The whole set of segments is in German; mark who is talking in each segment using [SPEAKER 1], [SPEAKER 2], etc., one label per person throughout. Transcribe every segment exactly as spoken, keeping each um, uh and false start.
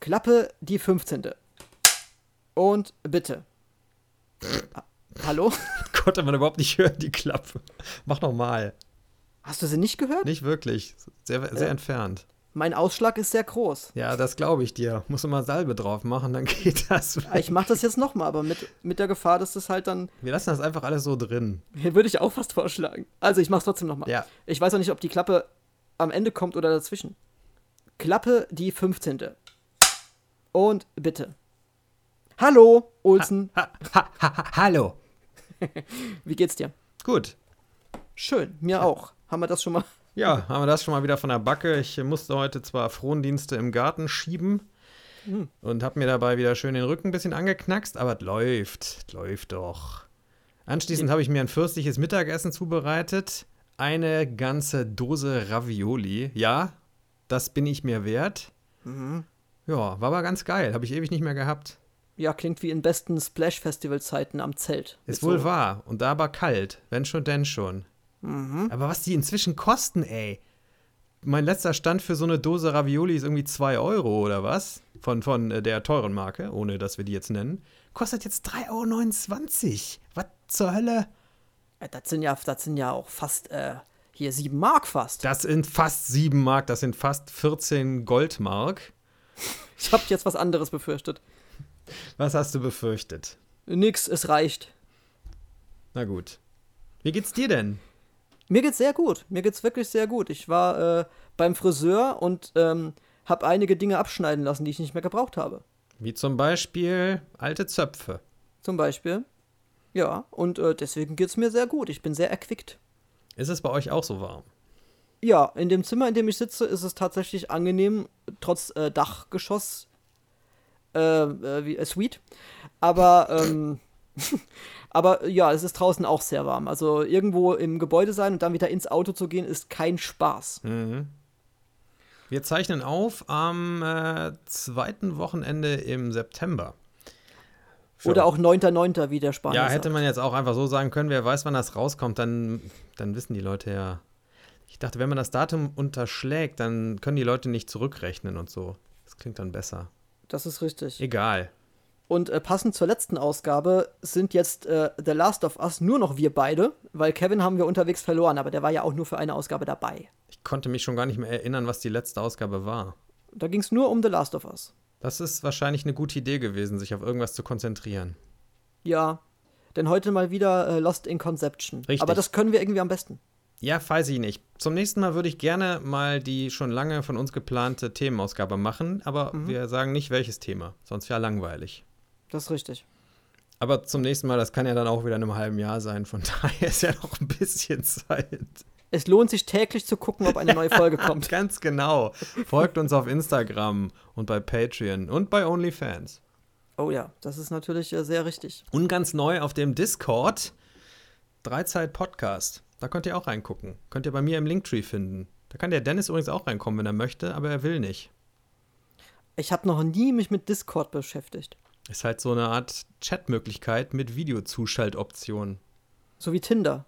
[SPEAKER 1] Klappe die fünfzehnte. Und bitte. Ha- Hallo?
[SPEAKER 2] Konnte man überhaupt nicht hören, die Klappe. Mach nochmal.
[SPEAKER 1] Hast du sie nicht gehört?
[SPEAKER 2] Nicht wirklich. Sehr, sehr
[SPEAKER 1] Äh.
[SPEAKER 2] entfernt.
[SPEAKER 1] Mein Ausschlag ist sehr groß.
[SPEAKER 2] Ja, das glaube ich dir. Musst du mal Salbe drauf machen, dann geht das.
[SPEAKER 1] Ja, ich mache das jetzt nochmal, aber mit, mit der Gefahr, dass das halt dann.
[SPEAKER 2] Wir lassen das einfach alles so drin.
[SPEAKER 1] Hier würde ich auch fast vorschlagen. Also, ich mach's trotzdem nochmal.
[SPEAKER 2] Ja.
[SPEAKER 1] Ich weiß auch nicht, ob die Klappe am Ende kommt oder dazwischen. Klappe die fünfzehnte. Und bitte. Hallo, Olsen.
[SPEAKER 2] Ha, ha, ha, ha, hallo.
[SPEAKER 1] Wie geht's dir?
[SPEAKER 2] Gut.
[SPEAKER 1] Schön, mir auch. Haben wir das schon mal?
[SPEAKER 2] Ja, haben wir das schon mal wieder von der Backe. Ich musste heute zwar Frondienste im Garten schieben
[SPEAKER 1] Hm.
[SPEAKER 2] und habe mir dabei wieder schön den Rücken ein bisschen angeknackst, aber es läuft. Es läuft doch. Anschließend habe ich mir ein fürstliches Mittagessen zubereitet. Eine ganze Dose Ravioli. Ja, das bin ich mir wert.
[SPEAKER 1] Mhm.
[SPEAKER 2] Ja, war aber ganz geil. Habe ich ewig nicht mehr gehabt.
[SPEAKER 1] Ja, klingt wie in besten Splash-Festival-Zeiten am Zelt.
[SPEAKER 2] Ist
[SPEAKER 1] Mit
[SPEAKER 2] wohl
[SPEAKER 1] so-
[SPEAKER 2] wahr. Und da aber kalt. Wenn schon, denn schon.
[SPEAKER 1] Mhm.
[SPEAKER 2] Aber was die inzwischen kosten, ey. Mein letzter Stand für so eine Dose Ravioli ist irgendwie zwei Euro oder was? Von, von äh, der teuren Marke, ohne dass wir die jetzt nennen. Kostet jetzt drei Euro neunundzwanzig. Was zur Hölle?
[SPEAKER 1] Ja, das sind ja, das sind ja auch fast, äh, hier sieben Mark fast.
[SPEAKER 2] Das sind fast sieben Mark. Das sind fast vierzehn Goldmark.
[SPEAKER 1] Ich hab jetzt was anderes befürchtet.
[SPEAKER 2] Was hast du befürchtet?
[SPEAKER 1] Nix, es reicht.
[SPEAKER 2] Na gut. Wie geht's dir denn?
[SPEAKER 1] Mir geht's sehr gut. Mir geht's wirklich sehr gut. Ich war äh, beim Friseur und ähm, habe einige Dinge abschneiden lassen, die ich nicht mehr gebraucht habe.
[SPEAKER 2] Wie zum Beispiel alte Zöpfe.
[SPEAKER 1] Zum Beispiel. Ja, und äh, deswegen geht's mir sehr gut. Ich bin sehr erquickt.
[SPEAKER 2] Ist es bei euch auch so warm?
[SPEAKER 1] Ja, in dem Zimmer, in dem ich sitze, ist es tatsächlich angenehm, trotz äh, Dachgeschoss äh, äh, wie, äh, Suite. Aber, ähm, aber ja, es ist draußen auch sehr warm. Also irgendwo im Gebäude sein und dann wieder ins Auto zu gehen, ist kein Spaß.
[SPEAKER 2] Mhm. Wir zeichnen auf am äh, zweiten Wochenende im September. Für-
[SPEAKER 1] Oder auch neunter neunter wie der Spanier
[SPEAKER 2] Ja,
[SPEAKER 1] sagt.
[SPEAKER 2] hätte man jetzt auch einfach so sagen können, wer weiß, wann das rauskommt, dann, dann wissen die Leute ja. Ich dachte, wenn man das Datum unterschlägt, dann können die Leute nicht zurückrechnen und so. Das klingt dann besser.
[SPEAKER 1] Das ist richtig.
[SPEAKER 2] Egal.
[SPEAKER 1] Und äh, passend zur letzten Ausgabe sind jetzt äh, The Last of Us nur noch wir beide, weil Kevin haben wir unterwegs verloren, aber der war ja auch nur für eine Ausgabe dabei.
[SPEAKER 2] Ich konnte mich schon gar nicht mehr erinnern, was die letzte Ausgabe war.
[SPEAKER 1] Da ging es nur um The Last of Us.
[SPEAKER 2] Das ist wahrscheinlich eine gute Idee gewesen, sich auf irgendwas zu konzentrieren.
[SPEAKER 1] Ja, denn heute mal wieder äh, Lost in Conception.
[SPEAKER 2] Richtig.
[SPEAKER 1] Aber das können wir irgendwie am besten.
[SPEAKER 2] Ja, weiß ich nicht. Zum nächsten Mal würde ich gerne mal die schon lange von uns geplante Themenausgabe machen, aber
[SPEAKER 1] Mhm.
[SPEAKER 2] wir sagen nicht, welches Thema, sonst wäre langweilig.
[SPEAKER 1] Das ist richtig.
[SPEAKER 2] Aber zum nächsten Mal, das kann ja dann auch wieder in einem halben Jahr sein, von daher ist ja noch ein bisschen Zeit.
[SPEAKER 1] Es lohnt sich täglich zu gucken, ob eine neue Folge kommt.
[SPEAKER 2] Ganz genau. Folgt uns auf Instagram und bei Patreon und bei OnlyFans.
[SPEAKER 1] Oh ja, das ist natürlich äh, sehr richtig.
[SPEAKER 2] Und ganz neu auf dem Discord, Dreizeit Podcast. Da könnt ihr auch reingucken. Könnt ihr bei mir im Linktree finden. Da kann der Dennis übrigens auch reinkommen, wenn er möchte, aber er will nicht.
[SPEAKER 1] Ich habe noch nie mich mit Discord beschäftigt.
[SPEAKER 2] Ist halt so eine Art Chatmöglichkeit mit Videozuschaltoptionen.
[SPEAKER 1] So wie Tinder.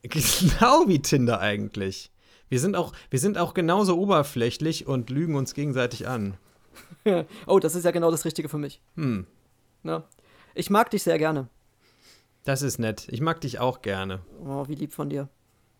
[SPEAKER 2] Genau wie Tinder eigentlich. Wir sind auch, wir sind auch genauso oberflächlich und lügen uns gegenseitig an.
[SPEAKER 1] Oh, das ist ja genau das Richtige für mich.
[SPEAKER 2] Hm,
[SPEAKER 1] Ne? Ich mag dich sehr gerne.
[SPEAKER 2] das ist nett. Ich mag dich auch gerne.
[SPEAKER 1] Oh, wie lieb von dir.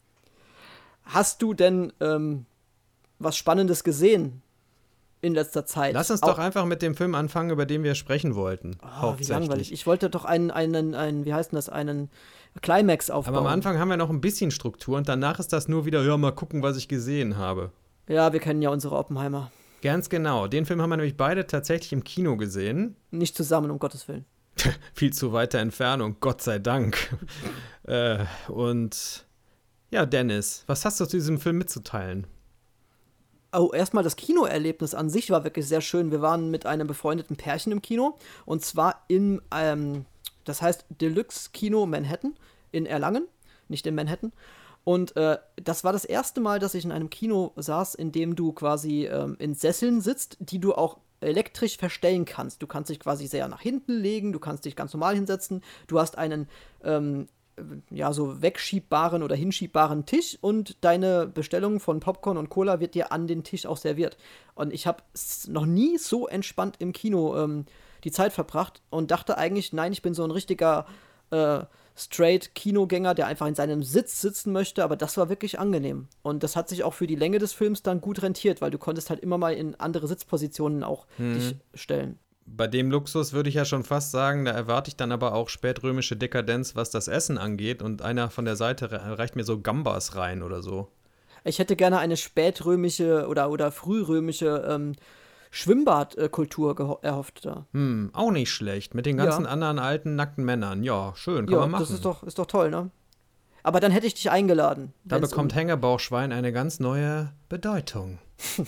[SPEAKER 1] Hast du denn ähm, was Spannendes gesehen in letzter Zeit?
[SPEAKER 2] Lass uns
[SPEAKER 1] Au-
[SPEAKER 2] doch einfach mit dem Film anfangen, über den wir sprechen wollten.
[SPEAKER 1] Oh, wie langweilig. Ich wollte doch einen, einen, einen, wie heißt denn das, einen Climax aufbauen.
[SPEAKER 2] Aber am Anfang haben wir noch ein bisschen Struktur und danach ist das nur wieder, ja, mal gucken, was ich gesehen habe.
[SPEAKER 1] Ja, wir kennen ja unsere Oppenheimer.
[SPEAKER 2] Ganz genau. Den Film haben wir nämlich beide tatsächlich im Kino gesehen.
[SPEAKER 1] Nicht zusammen, um Gottes Willen.
[SPEAKER 2] Viel zu weiter Entfernung, Gott sei Dank. äh, und ja, Dennis, was hast du zu diesem Film mitzuteilen?
[SPEAKER 1] Oh, erstmal das Kinoerlebnis an sich war wirklich sehr schön. Wir waren mit einem befreundeten Pärchen im Kino und zwar im, ähm, das heißt Deluxe Kino Manhattan in Erlangen, nicht in Manhattan. Und äh, das war das erste Mal, dass ich in einem Kino saß, in dem du quasi ähm, in Sesseln sitzt, die du auch elektrisch verstellen kannst. Du kannst dich quasi sehr nach hinten legen, du kannst dich ganz normal hinsetzen. Du hast einen ähm, ja, so wegschiebbaren oder hinschiebbaren Tisch und deine Bestellung von Popcorn und Cola wird dir an den Tisch auch serviert. Und ich habe noch nie so entspannt im Kino ähm, die Zeit verbracht und dachte eigentlich, nein, ich bin so ein richtiger äh, straight Kinogänger, der einfach in seinem Sitz sitzen möchte, aber das war wirklich angenehm. Und das hat sich auch für die Länge des Films dann gut rentiert, weil du konntest halt immer mal in andere Sitzpositionen auch
[SPEAKER 2] Mhm.
[SPEAKER 1] dich stellen.
[SPEAKER 2] Bei dem Luxus würde ich ja schon fast sagen, da erwarte ich dann aber auch spätrömische Dekadenz, was das Essen angeht. Und einer von der Seite re- reicht mir so Gambas rein oder so.
[SPEAKER 1] Ich hätte gerne eine spätrömische oder, oder frührömische ähm, Schwimmbadkultur geho- erhofft da.
[SPEAKER 2] Hm, auch nicht schlecht. Mit den
[SPEAKER 1] Ja.
[SPEAKER 2] ganzen anderen alten, nackten Männern. Ja, schön, kann
[SPEAKER 1] Ja,
[SPEAKER 2] man machen.
[SPEAKER 1] das ist doch, ist doch toll, ne? Aber dann hätte ich dich eingeladen.
[SPEAKER 2] Da
[SPEAKER 1] wenn's
[SPEAKER 2] bekommt
[SPEAKER 1] um-
[SPEAKER 2] Hängebauchschwein eine ganz neue Bedeutung.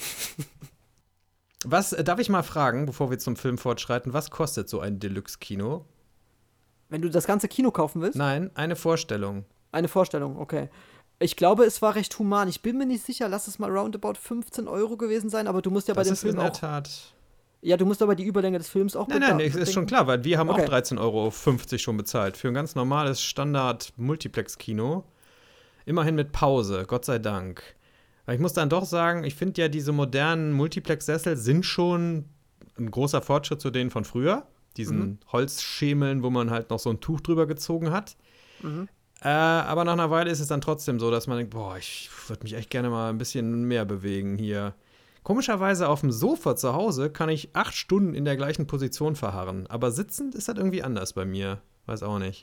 [SPEAKER 2] Was, äh, darf ich mal fragen, bevor wir zum Film fortschreiten, was kostet so ein Deluxe-Kino?
[SPEAKER 1] Wenn du das ganze Kino kaufen willst?
[SPEAKER 2] Nein, eine Vorstellung.
[SPEAKER 1] Eine Vorstellung, okay. Ich glaube, es war recht human. Ich bin mir nicht sicher, lass es mal roundabout fünfzehn Euro gewesen sein, aber du musst ja bei
[SPEAKER 2] Das
[SPEAKER 1] dem
[SPEAKER 2] ist in
[SPEAKER 1] Film
[SPEAKER 2] der
[SPEAKER 1] auch.
[SPEAKER 2] Tat.
[SPEAKER 1] Ja, du musst aber die Überlänge des Films auch
[SPEAKER 2] Nein,
[SPEAKER 1] beda-
[SPEAKER 2] nein, es ist
[SPEAKER 1] bedenken.
[SPEAKER 2] schon klar, weil wir haben
[SPEAKER 1] Okay.
[SPEAKER 2] auch dreizehn Euro fünfzig schon bezahlt. Für ein ganz normales Standard-Multiplex-Kino. Immerhin mit Pause, Gott sei Dank. Weil ich muss dann doch sagen, ich finde ja, diese modernen Multiplex-Sessel sind schon ein großer Fortschritt zu denen von früher. Diesen
[SPEAKER 1] Mhm.
[SPEAKER 2] Holzschemeln, wo man halt noch so ein Tuch drüber gezogen hat.
[SPEAKER 1] Mhm.
[SPEAKER 2] Äh, aber nach einer Weile ist es dann trotzdem so, dass man denkt, boah, ich würde mich echt gerne mal ein bisschen mehr bewegen hier. Komischerweise auf dem Sofa zu Hause kann ich acht Stunden in der gleichen Position verharren. Aber sitzend ist das irgendwie anders bei mir. Weiß auch nicht.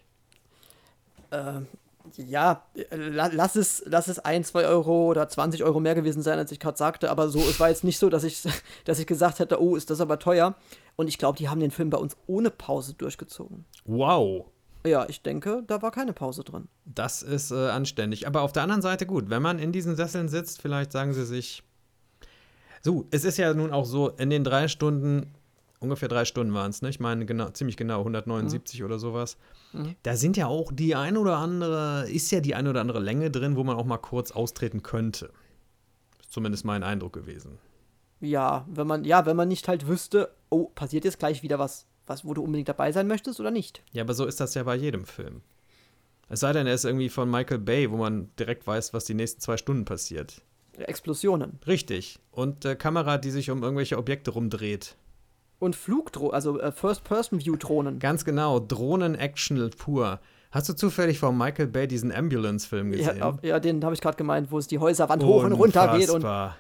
[SPEAKER 1] Äh, ja, äh, la- lass es, lass es ein, zwei Euro oder zwanzig Euro mehr gewesen sein, als ich gerade sagte, aber so, es war jetzt nicht so, dass ich, dass ich gesagt hätte, oh, ist das aber teuer. Und ich glaube, die haben den Film bei uns ohne Pause durchgezogen.
[SPEAKER 2] Wow.
[SPEAKER 1] Ja, ich denke, da war keine Pause drin.
[SPEAKER 2] Das ist äh, anständig. Aber auf der anderen Seite gut, wenn man in diesen Sesseln sitzt, vielleicht sagen sie sich, so, es ist ja nun auch so, in den drei Stunden, ungefähr drei Stunden waren es, ne? Ich meine, genau, ziemlich genau, hundertneunundsiebzig oder sowas.
[SPEAKER 1] Mhm.
[SPEAKER 2] Da sind ja auch die ein oder andere, ist ja die ein oder andere Länge drin, wo man auch mal kurz austreten könnte. Ist zumindest mein Eindruck gewesen.
[SPEAKER 1] Ja, wenn man, ja, wenn man nicht halt wüsste, oh, passiert jetzt gleich wieder was, was, wo du unbedingt dabei sein möchtest oder nicht.
[SPEAKER 2] Ja, aber so ist das ja bei jedem Film. Es sei denn, er ist irgendwie von Michael Bay, wo man direkt weiß, was die nächsten zwei Stunden passiert.
[SPEAKER 1] Explosionen.
[SPEAKER 2] Richtig. Und äh, Kamera, die sich um irgendwelche Objekte rumdreht.
[SPEAKER 1] Und Flugdrohnen, also äh, First-Person-View-Drohnen.
[SPEAKER 2] Ganz genau, Drohnen-Action pur. Hast du zufällig von Michael Bay diesen Ambulance-Film gesehen?
[SPEAKER 1] Ja, ja, den habe ich gerade gemeint, wo es die Häuserwand hoch und runter geht und
[SPEAKER 2] Unfassbar.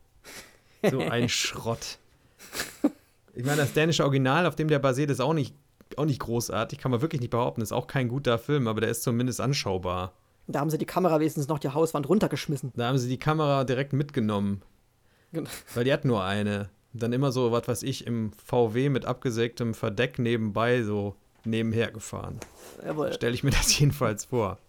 [SPEAKER 2] So ein Schrott. Ich meine, das dänische Original, auf dem der basiert, ist auch nicht, auch nicht großartig. Kann man wirklich nicht behaupten. Ist auch kein guter Film, aber der ist zumindest anschaubar.
[SPEAKER 1] da haben sie die Kamera wenigstens noch die Hauswand runtergeschmissen.
[SPEAKER 2] Da haben sie die Kamera direkt mitgenommen.
[SPEAKER 1] Genau.
[SPEAKER 2] Weil die hat nur eine. Und dann immer so, was weiß ich, im V W mit abgesägtem Verdeck nebenbei so nebenher gefahren.
[SPEAKER 1] Jawohl.
[SPEAKER 2] Stelle ich mir das jedenfalls vor.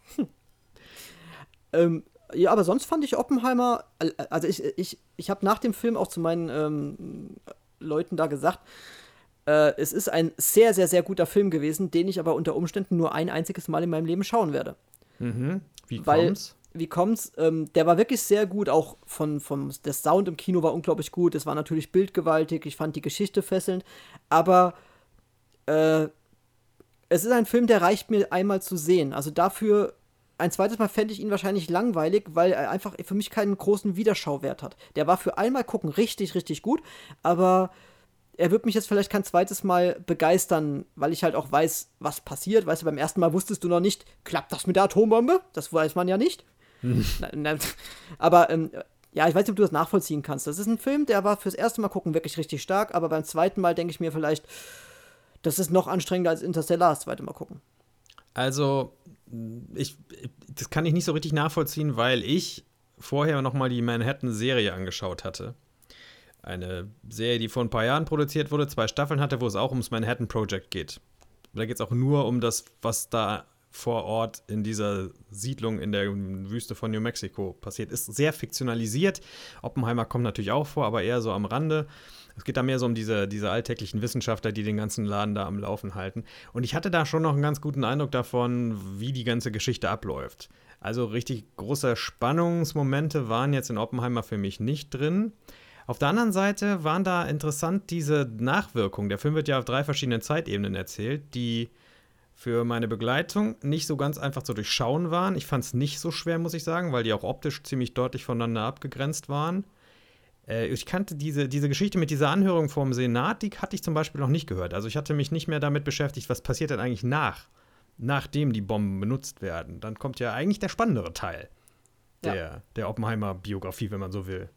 [SPEAKER 1] Ähm, ja, aber sonst fand ich Oppenheimer, äh, also ich, ich, ich habe nach dem Film auch zu meinen ähm, Leuten da gesagt, äh, es ist ein sehr, sehr, sehr guter Film gewesen, den ich aber unter Umständen nur ein einziges Mal in meinem Leben schauen werde.
[SPEAKER 2] Mhm. Wie
[SPEAKER 1] Weil,
[SPEAKER 2] kommt's?
[SPEAKER 1] wie kommt's? Ähm, der war wirklich sehr gut, auch von, vom, der Sound im Kino war unglaublich gut, es war natürlich bildgewaltig, ich fand die Geschichte fesselnd, aber äh, es ist ein Film, der reicht mir einmal zu sehen. Also dafür, ein zweites Mal fände ich ihn wahrscheinlich langweilig, weil er einfach für mich keinen großen Wiederschauwert hat. Der war für einmal gucken richtig, richtig gut, aber er wird mich jetzt vielleicht kein zweites Mal begeistern, weil ich halt auch weiß, was passiert. Weißt du, beim ersten Mal wusstest du noch nicht, klappt das mit der Atombombe? Das weiß man ja nicht. Na, na, aber ähm, ja, ich weiß nicht, ob du das nachvollziehen kannst. Das ist ein Film, der war fürs erste Mal gucken wirklich richtig stark, aber beim zweiten Mal denke ich mir vielleicht, das ist noch anstrengender als Interstellar das zweite Mal gucken.
[SPEAKER 2] Also, ich, das kann ich nicht so richtig nachvollziehen, weil ich vorher noch mal die Manhattan-Serie angeschaut hatte. Eine Serie, die vor ein paar Jahren produziert wurde, zwei Staffeln hatte, wo es auch ums Manhattan Project geht. Da geht es auch nur um das, was da vor Ort in dieser Siedlung in der Wüste von New Mexico passiert. Ist sehr fiktionalisiert. Oppenheimer kommt natürlich auch vor, aber eher so am Rande. Es geht da mehr so um diese, diese alltäglichen Wissenschaftler, die den ganzen Laden da am Laufen halten. Und ich hatte da schon noch einen ganz guten Eindruck davon, wie die ganze Geschichte abläuft. Also richtig große Spannungsmomente waren jetzt in Oppenheimer für mich nicht drin. Auf der anderen Seite waren da interessant diese Nachwirkungen. Der Film wird ja auf drei verschiedenen Zeitebenen erzählt, die für meine Begleitung nicht so ganz einfach zu durchschauen waren. Ich fand es nicht so schwer, muss ich sagen, weil die auch optisch ziemlich deutlich voneinander abgegrenzt waren. Äh, ich kannte diese, diese Geschichte mit dieser Anhörung vom Senat, die hatte ich zum Beispiel noch nicht gehört. Also ich hatte mich nicht mehr damit beschäftigt, was passiert denn eigentlich nach, nachdem die Bomben benutzt werden. Dann kommt ja eigentlich der spannendere Teil der, ja. der Oppenheimer-Biografie, wenn man so will.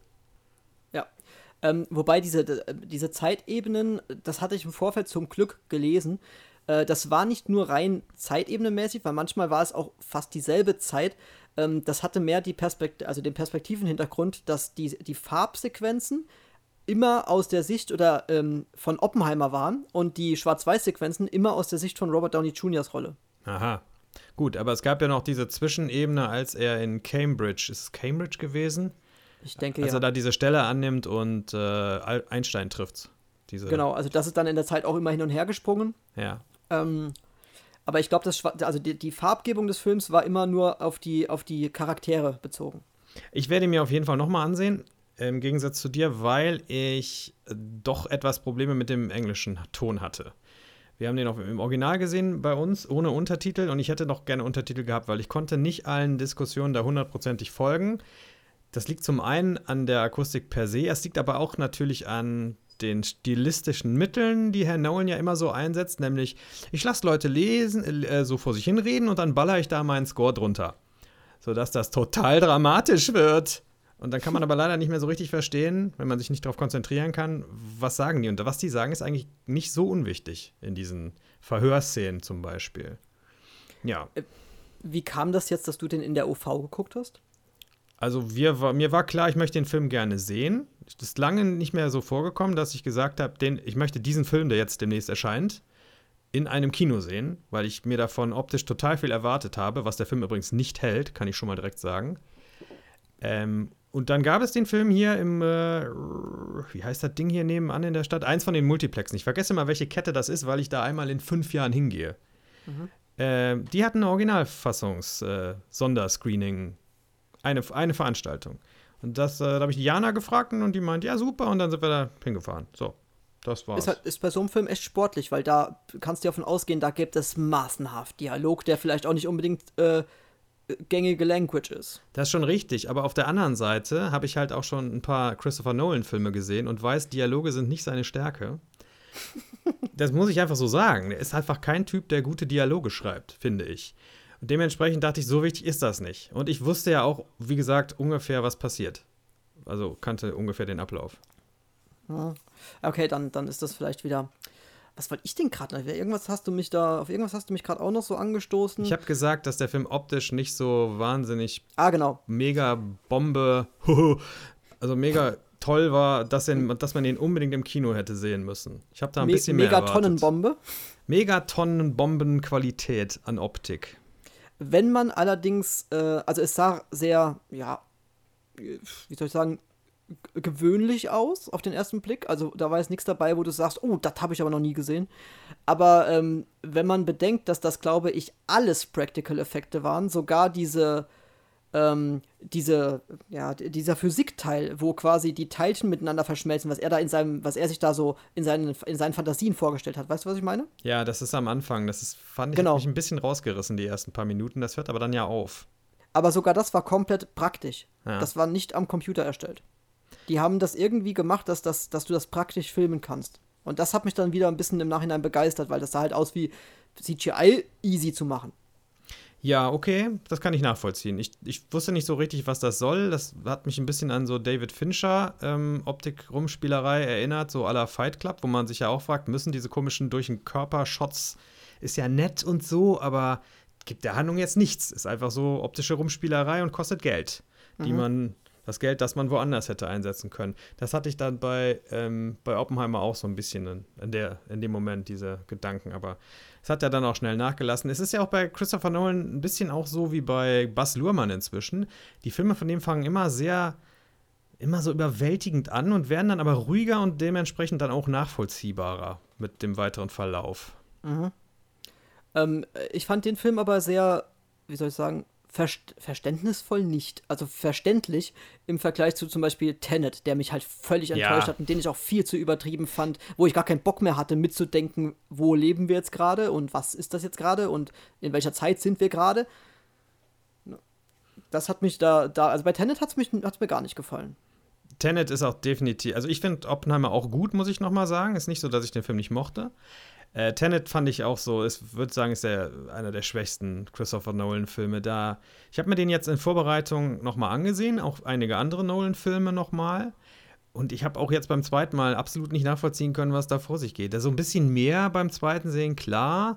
[SPEAKER 1] Ja, ähm, wobei diese, diese Zeitebenen, das hatte ich im Vorfeld zum Glück gelesen, äh, das war nicht nur rein zeitebenenmäßig, weil manchmal war es auch fast dieselbe Zeit. Ähm, das hatte mehr die Perspekt- also den Perspektivenhintergrund, dass die, die Farbsequenzen immer aus der Sicht oder ähm, von Oppenheimer waren und die Schwarz-Weiß-Sequenzen immer aus der Sicht von Robert Downey Juniors Rolle.
[SPEAKER 2] Aha. Gut, aber es gab ja noch diese Zwischenebene, als er in Cambridge, ist es Cambridge gewesen?
[SPEAKER 1] Ich denke,
[SPEAKER 2] als
[SPEAKER 1] ja.
[SPEAKER 2] er da diese Stelle annimmt und äh, Einstein trifft. Diese
[SPEAKER 1] Genau, also das ist dann in der Zeit auch immer hin und her gesprungen.
[SPEAKER 2] Ja.
[SPEAKER 1] Ähm, aber ich glaube, also die, die Farbgebung des Films war immer nur auf die, auf die Charaktere bezogen.
[SPEAKER 2] Ich werde ihn mir auf jeden Fall nochmal ansehen, im Gegensatz zu dir, weil ich doch etwas Probleme mit dem englischen Ton hatte. Wir haben den auch im Original gesehen bei uns, ohne Untertitel. Und ich hätte noch gerne Untertitel gehabt, weil ich konnte nicht allen Diskussionen da hundertprozentig folgen. Das liegt zum einen an der Akustik per se, es liegt aber auch natürlich an den stilistischen Mitteln, die Herr Nolan ja immer so einsetzt, nämlich ich lasse Leute lesen, äh, so vor sich hinreden und dann baller ich da meinen Score drunter, sodass das total dramatisch wird. Und dann kann man aber leider nicht mehr so richtig verstehen, wenn man sich nicht darauf konzentrieren kann, was sagen die. Und was die sagen, ist eigentlich nicht so unwichtig in diesen Verhörszenen zum Beispiel. Ja.
[SPEAKER 1] Wie kam das jetzt, dass du den in der O V geguckt hast?
[SPEAKER 2] Also wir, mir war klar, ich möchte den Film gerne sehen. Es ist lange nicht mehr so vorgekommen, dass ich gesagt habe, den, ich möchte diesen Film, der jetzt demnächst erscheint, in einem Kino sehen, weil ich mir davon optisch total viel erwartet habe, was der Film übrigens nicht hält, kann ich schon mal direkt sagen. Ähm, und dann gab es den Film hier im, äh, wie heißt das Ding hier nebenan in der Stadt? Eins von den Multiplexen. Ich vergesse mal, welche Kette das ist, weil ich da einmal in fünf Jahren hingehe. Mhm. Ähm, die hatten eine Originalfassungs-Sonderscreening. Eine, eine Veranstaltung. Und das, äh, da habe ich die Jana gefragt und die meint, ja, super, und dann sind wir da hingefahren. So, das war's.
[SPEAKER 1] Ist, halt, ist bei so einem Film echt sportlich, weil da kannst du davon ausgehen, da gibt es massenhaft Dialog, der vielleicht auch nicht unbedingt äh, gängige Language ist.
[SPEAKER 2] Das ist schon richtig, aber auf der anderen Seite habe ich halt auch schon ein paar Christopher Nolan-Filme gesehen und weiß, Dialoge sind nicht seine Stärke. Das muss ich einfach so sagen. Er ist einfach kein Typ, der gute Dialoge schreibt, finde ich. Und dementsprechend dachte ich, so wichtig ist das nicht. Und ich wusste ja auch, wie gesagt, ungefähr, was passiert. Also kannte ungefähr den Ablauf.
[SPEAKER 1] Okay, dann, dann ist das vielleicht wieder. Was wollte ich denn gerade? Irgendwas hast du mich da, auf irgendwas hast du mich gerade auch noch so angestoßen.
[SPEAKER 2] Ich habe gesagt, dass der Film optisch nicht so wahnsinnig
[SPEAKER 1] ah, genau.
[SPEAKER 2] mega Bombe, also mega toll war, dass, ihn, dass man ihn unbedingt im Kino hätte sehen müssen. Ich habe da ein Me- bisschen mehr erwartet.
[SPEAKER 1] Megatonnenbombe?
[SPEAKER 2] Megatonnenbombenqualität an Optik.
[SPEAKER 1] Wenn man allerdings, äh, also es sah sehr, ja, wie soll ich sagen, g- gewöhnlich aus auf den ersten Blick. Also da war jetzt nichts dabei, wo du sagst, oh, das habe ich aber noch nie gesehen. Aber ähm, wenn man bedenkt, dass das, glaube ich, alles Practical-Effekte waren, sogar diese, ähm, diese, ja, dieser Physikteil, wo quasi die Teilchen miteinander verschmelzen, was er da in seinem, was er sich da so in seinen, in seinen Fantasien vorgestellt hat. Weißt du, was ich meine?
[SPEAKER 2] Ja, das ist am Anfang. Das ist, fand ich,
[SPEAKER 1] genau.
[SPEAKER 2] Hat mich ein bisschen rausgerissen, die ersten paar Minuten. Das hört aber dann ja auf.
[SPEAKER 1] Aber sogar das war komplett praktisch.
[SPEAKER 2] Ja.
[SPEAKER 1] Das war nicht am Computer erstellt. Die haben das irgendwie gemacht, dass, das, dass du das praktisch filmen kannst. Und das hat mich dann wieder ein bisschen im Nachhinein begeistert, weil das sah halt aus wie C G I easy zu machen.
[SPEAKER 2] Ja, okay, das kann ich nachvollziehen. Ich, ich wusste nicht so richtig, was das soll. Das hat mich ein bisschen an so David Fincher ähm, Optik-Rumspielerei erinnert, so à la Fight Club, wo man sich ja auch fragt, müssen diese komischen durch den Körper-Shots, ist ja nett und so, aber gibt der Handlung jetzt nichts. Ist einfach so optische Rumspielerei und kostet Geld, mhm. die man, das Geld, das man woanders hätte einsetzen können. Das hatte ich dann bei, ähm, bei Oppenheimer auch so ein bisschen in, in, der, in dem Moment, diese Gedanken, aber es hat ja dann auch schnell nachgelassen. Es ist ja auch bei Christopher Nolan ein bisschen auch so wie bei Baz Luhrmann inzwischen. Die Filme von dem fangen immer sehr, immer so überwältigend an und werden dann aber ruhiger und dementsprechend dann auch nachvollziehbarer mit dem weiteren Verlauf.
[SPEAKER 1] Mhm. Ähm, ich fand den Film aber sehr, wie soll ich sagen, verst- verständnisvoll nicht. Also verständlich im Vergleich zu zum Beispiel Tenet, der mich halt völlig
[SPEAKER 2] Ja.
[SPEAKER 1] enttäuscht hat und den ich auch viel zu übertrieben fand, wo ich gar keinen Bock mehr hatte, mitzudenken, wo leben wir jetzt gerade und was ist das jetzt gerade und in welcher Zeit sind wir gerade. Das hat mich da, da also bei Tenet hat es mir gar nicht gefallen.
[SPEAKER 2] Tenet ist auch definitiv, also ich finde Oppenheimer auch gut, muss ich noch mal sagen. Ist nicht so, dass ich den Film nicht mochte. Äh, Tenet fand ich auch so, ich würde sagen, ist der, einer der schwächsten Christopher Nolan-Filme. Da, ich habe mir den jetzt in Vorbereitung noch mal angesehen, auch einige andere Nolan-Filme noch mal. Und ich habe auch jetzt beim zweiten Mal absolut nicht nachvollziehen können, was da vor sich geht. Also ein bisschen mehr beim zweiten Sehen, klar.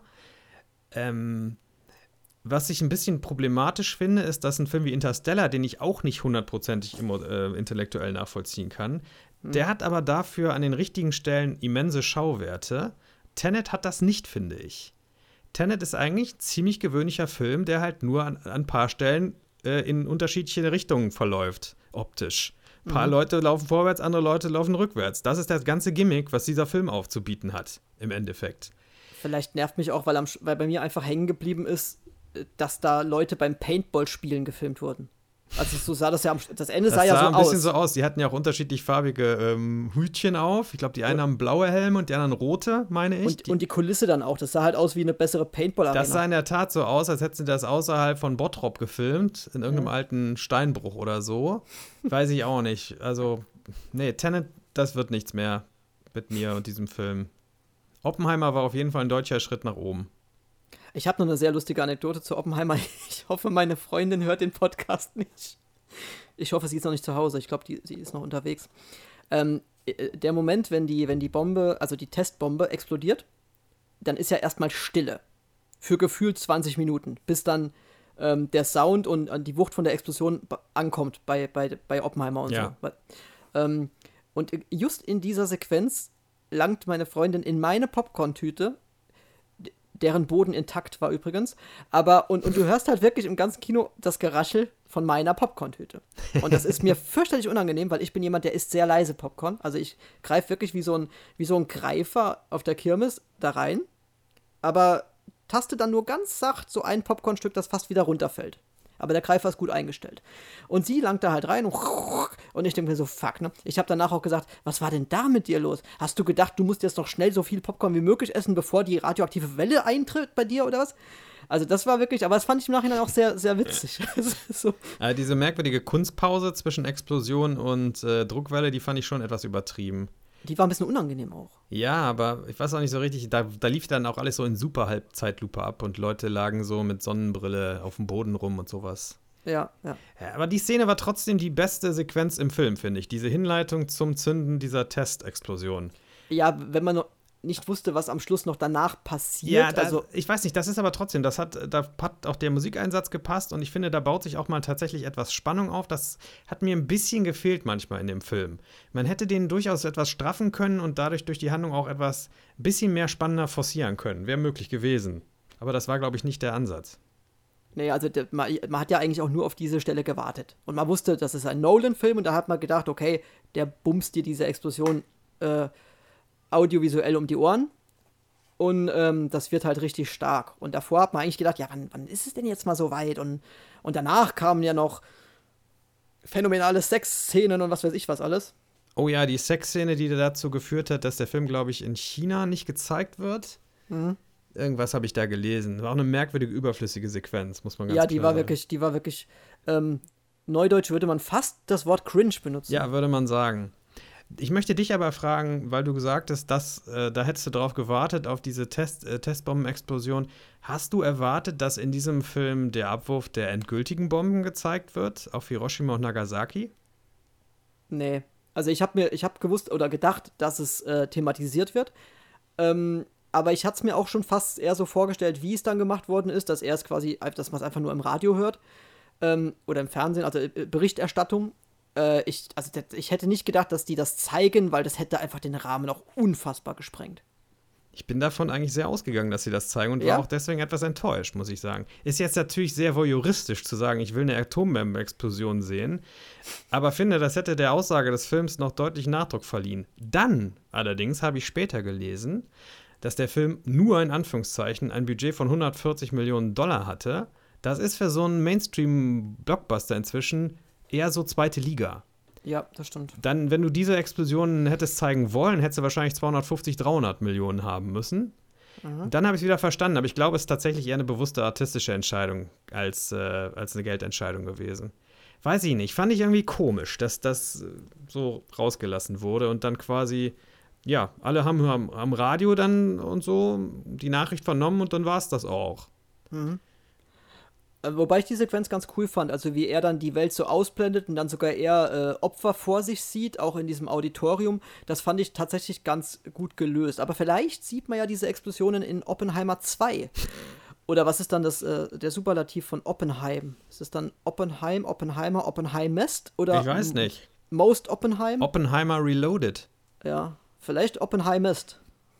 [SPEAKER 2] Ähm, Was ich ein bisschen problematisch finde, ist, dass ein Film wie Interstellar, den ich auch nicht hundertprozentig äh, intellektuell nachvollziehen kann, hm. der hat aber dafür an den richtigen Stellen immense Schauwerte. Tenet hat das nicht, finde ich. Tenet ist eigentlich ein ziemlich gewöhnlicher Film, der halt nur an, an ein paar Stellen äh, in unterschiedliche Richtungen verläuft, optisch. Ein paar mhm. Leute laufen vorwärts, andere Leute laufen rückwärts. Das ist das ganze Gimmick, was dieser Film aufzubieten hat, im Endeffekt.
[SPEAKER 1] Vielleicht nervt mich auch, weil, am, weil bei mir einfach hängen geblieben ist, dass da Leute beim Paintball-Spielen gefilmt wurden. Also so sah das ja am das Ende sah
[SPEAKER 2] das
[SPEAKER 1] ja
[SPEAKER 2] sah
[SPEAKER 1] so
[SPEAKER 2] ein bisschen
[SPEAKER 1] aus.
[SPEAKER 2] so aus. Die hatten ja auch unterschiedlich farbige ähm, Hütchen auf. Ich glaube, die einen ja. haben blaue Helme und die anderen rote, meine ich.
[SPEAKER 1] Und die, und die Kulisse dann auch. Das sah halt aus wie eine bessere Paintball-Arena.
[SPEAKER 2] Das sah in der Tat so aus, als hätten sie das außerhalb von Bottrop gefilmt, in irgendeinem ja. alten Steinbruch oder so. Weiß ich auch nicht. Also, nee, Tenet, das wird nichts mehr mit mir und diesem Film. Oppenheimer war auf jeden Fall ein deutscher Schritt nach oben.
[SPEAKER 1] Ich habe noch eine sehr lustige Anekdote zu Oppenheimer. Ich hoffe, meine Freundin hört den Podcast nicht. Ich hoffe, sie ist noch nicht zu Hause. Ich glaube, sie ist noch unterwegs. Ähm, der Moment, wenn die, wenn die Bombe, also die Testbombe explodiert, dann ist ja erstmal Stille. Für gefühlt zwanzig Minuten, bis dann ähm, der Sound und äh, die Wucht von der Explosion b- ankommt bei, bei, bei Oppenheimer und
[SPEAKER 2] ja.
[SPEAKER 1] so. Ähm, und just in dieser Sequenz langt meine Freundin in meine Popcorn-Tüte, deren Boden intakt war übrigens, aber und, und du hörst halt wirklich im ganzen Kino das Geraschel von meiner Popcorn-Tüte. Und das ist mir fürchterlich unangenehm, weil ich bin jemand, der isst sehr leise Popcorn. Also ich greife wirklich wie so ein, wie so ein Greifer auf der Kirmes da rein, aber taste dann nur ganz sacht so ein Popcornstück, das fast wieder runterfällt. Aber der Greifer ist gut eingestellt. Und sie langt da halt rein und, und ich denke mir so, fuck, ne? Ich habe danach auch gesagt, was war denn da mit dir los? Hast du gedacht, du musst jetzt noch schnell so viel Popcorn wie möglich essen, bevor die radioaktive Welle eintritt bei dir oder was? Also das war wirklich, aber das fand ich im Nachhinein auch sehr, sehr witzig. so.
[SPEAKER 2] Also diese merkwürdige Kunstpause zwischen Explosion und äh, Druckwelle, die fand ich schon etwas übertrieben.
[SPEAKER 1] Die war ein bisschen unangenehm auch.
[SPEAKER 2] Ja, aber ich weiß auch nicht so richtig, da, da lief dann auch alles so in super Halbzeitlupe ab und Leute lagen so mit Sonnenbrille auf dem Boden rum und sowas.
[SPEAKER 1] Ja, ja.
[SPEAKER 2] ja aber die Szene war trotzdem die beste Sequenz im Film, finde ich. Diese Hinleitung zum Zünden dieser Testexplosion.
[SPEAKER 1] Ja, wenn man noch nicht wusste, was am Schluss noch danach passiert.
[SPEAKER 2] Ja, da,
[SPEAKER 1] also
[SPEAKER 2] ich weiß nicht, das ist aber trotzdem, das hat, da hat auch der Musikeinsatz gepasst und ich finde, da baut sich auch mal tatsächlich etwas Spannung auf. Das hat mir ein bisschen gefehlt manchmal in dem Film. Man hätte den durchaus etwas straffen können und dadurch durch die Handlung auch etwas ein bisschen mehr spannender forcieren können. Wäre möglich gewesen. Aber das war, glaube ich, nicht der Ansatz.
[SPEAKER 1] Nee, also der, man, man hat ja eigentlich auch nur auf diese Stelle gewartet. Und man wusste, das ist ein Nolan-Film und da hat man gedacht, okay, der bumst dir diese Explosion äh, audiovisuell um die Ohren und ähm, das wird halt richtig stark. Und davor hat man eigentlich gedacht, ja, wann, wann ist es denn jetzt mal so weit? Und, und danach kamen ja noch phänomenale Sexszenen und was weiß ich was alles.
[SPEAKER 2] Oh ja, die Sexszene, die dazu geführt hat, dass der Film, glaube ich, in China nicht gezeigt wird. Mhm. Irgendwas habe ich da gelesen. War auch eine merkwürdige, überflüssige Sequenz, muss man ganz
[SPEAKER 1] ja,
[SPEAKER 2] klar
[SPEAKER 1] die war
[SPEAKER 2] sagen.
[SPEAKER 1] wirklich, die war wirklich, ähm, neudeutsch würde man fast das Wort cringe benutzen.
[SPEAKER 2] Ja, würde man sagen. Ich möchte dich aber fragen, weil du gesagt hast, dass, äh, da hättest du drauf gewartet, auf diese Test, äh, Testbombenexplosion. Hast du erwartet, dass in diesem Film der Abwurf der endgültigen Bomben gezeigt wird, auf Hiroshima und Nagasaki?
[SPEAKER 1] Nee. Also ich habe mir, ich habe gewusst oder gedacht, dass es äh, thematisiert wird. Ähm, aber ich hatte es mir auch schon fast eher so vorgestellt, wie es dann gemacht worden ist, dass er es quasi, dass man es einfach nur im Radio hört ähm, oder im Fernsehen, also äh, Berichterstattung. Ich, also ich hätte nicht gedacht, dass die das zeigen, weil das hätte einfach den Rahmen auch unfassbar gesprengt.
[SPEAKER 2] Ich bin davon eigentlich sehr ausgegangen, dass sie das zeigen und
[SPEAKER 1] ja?
[SPEAKER 2] war auch deswegen etwas enttäuscht, muss ich sagen. Ist jetzt natürlich sehr voyeuristisch zu sagen, ich will eine Atombombenexplosion sehen, aber finde, das hätte der Aussage des Films noch deutlich Nachdruck verliehen. Dann allerdings habe ich später gelesen, dass der Film nur in Anführungszeichen ein Budget von hundertvierzig Millionen Dollar hatte. Das ist für so einen Mainstream-Blockbuster inzwischen eher so zweite Liga.
[SPEAKER 1] Ja, das stimmt.
[SPEAKER 2] Dann, wenn du diese Explosionen hättest zeigen wollen, hättest du wahrscheinlich zweihundertfünfzig, dreihundert Millionen haben müssen. Mhm. Dann habe ich es wieder verstanden, aber ich glaube, es ist tatsächlich eher eine bewusste artistische Entscheidung als, äh, als eine Geldentscheidung gewesen. Weiß ich nicht, fand ich irgendwie komisch, dass das so rausgelassen wurde und dann quasi, ja, alle haben am, am Radio dann und so die Nachricht vernommen und dann war es das auch.
[SPEAKER 1] Mhm. Wobei ich die Sequenz ganz cool fand, also wie er dann die Welt so ausblendet und dann sogar er äh, Opfer vor sich sieht, auch in diesem Auditorium, das fand ich tatsächlich ganz gut gelöst. Aber vielleicht sieht man ja diese Explosionen in Oppenheimer zwei. Oder was ist dann das, äh, der Superlativ von Oppenheim? Ist es dann Oppenheim, Oppenheimer, Oppenheimest? Oder
[SPEAKER 2] ich weiß nicht.
[SPEAKER 1] Most Oppenheim?
[SPEAKER 2] Oppenheimer Reloaded.
[SPEAKER 1] Ja, vielleicht Oppenheimest.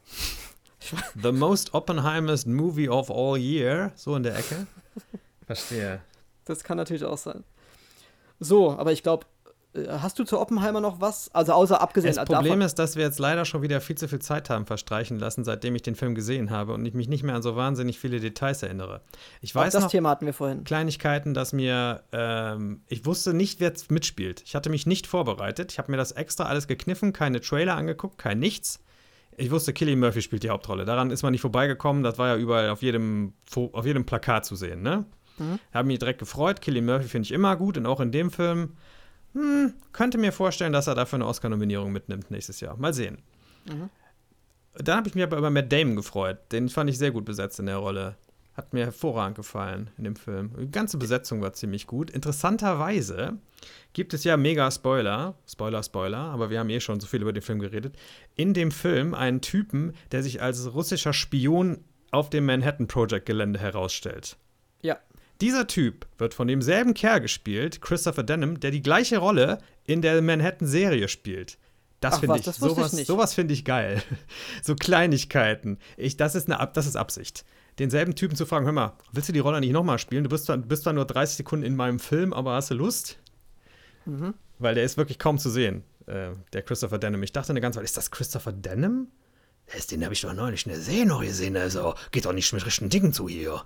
[SPEAKER 2] The most Oppenheimest movie of all year, so in der Ecke. Verstehe.
[SPEAKER 1] Das kann natürlich auch sein. So, aber ich glaube, hast du zu Oppenheimer noch was? Also außer abgesehen
[SPEAKER 2] davon. Das Problem ist, dass wir jetzt leider schon wieder viel zu viel Zeit haben verstreichen lassen, seitdem ich den Film gesehen habe und ich mich nicht mehr an so wahnsinnig viele Details erinnere. Ich weiß
[SPEAKER 1] auch das
[SPEAKER 2] noch,
[SPEAKER 1] Thema hatten wir vorhin.
[SPEAKER 2] Kleinigkeiten, dass mir, ähm, ich wusste nicht, wer jetzt mitspielt. Ich hatte mich nicht vorbereitet. Ich habe mir das extra alles gekniffen, keine Trailer angeguckt, kein nichts. Ich wusste, Cillian Murphy spielt die Hauptrolle. Daran ist man nicht vorbeigekommen. Das war ja überall auf jedem, auf jedem Plakat zu sehen, ne? Mhm. Habe mich direkt gefreut. Cillian Murphy finde ich immer gut und auch in dem Film hm, könnte mir vorstellen, dass er dafür eine Oscar-Nominierung mitnimmt nächstes Jahr. Mal sehen. Mhm. Dann habe ich mich aber über Matt Damon gefreut. Den fand ich sehr gut besetzt in der Rolle. Hat mir hervorragend gefallen in dem Film. Die ganze Besetzung war ziemlich gut. Interessanterweise gibt es ja mega Spoiler, Spoiler, Spoiler, aber wir haben eh schon so viel über den Film geredet. In dem Film einen Typen, der sich als russischer Spion auf dem Manhattan Project-Gelände herausstellt.
[SPEAKER 1] Ja.
[SPEAKER 2] Dieser Typ wird von demselben Kerl gespielt, Christopher Denham, der die gleiche Rolle in der Manhattan-Serie spielt. Das finde ich, sowas, sowas finde ich geil. So Kleinigkeiten. Ich, das ist eine, das ist Absicht. Denselben Typen zu fragen, hör mal, willst du die Rolle nicht nochmal spielen? Du bist zwar, bist zwar nur dreißig Sekunden in meinem Film, aber hast du Lust? Mhm. Weil der ist wirklich kaum zu sehen, äh, der Christopher Denham. Ich dachte eine ganze Weile, ist das Christopher Denham? Den habe ich doch neulich in der Serie noch gesehen, also geht doch nicht mit richtigen Dingen zu hier.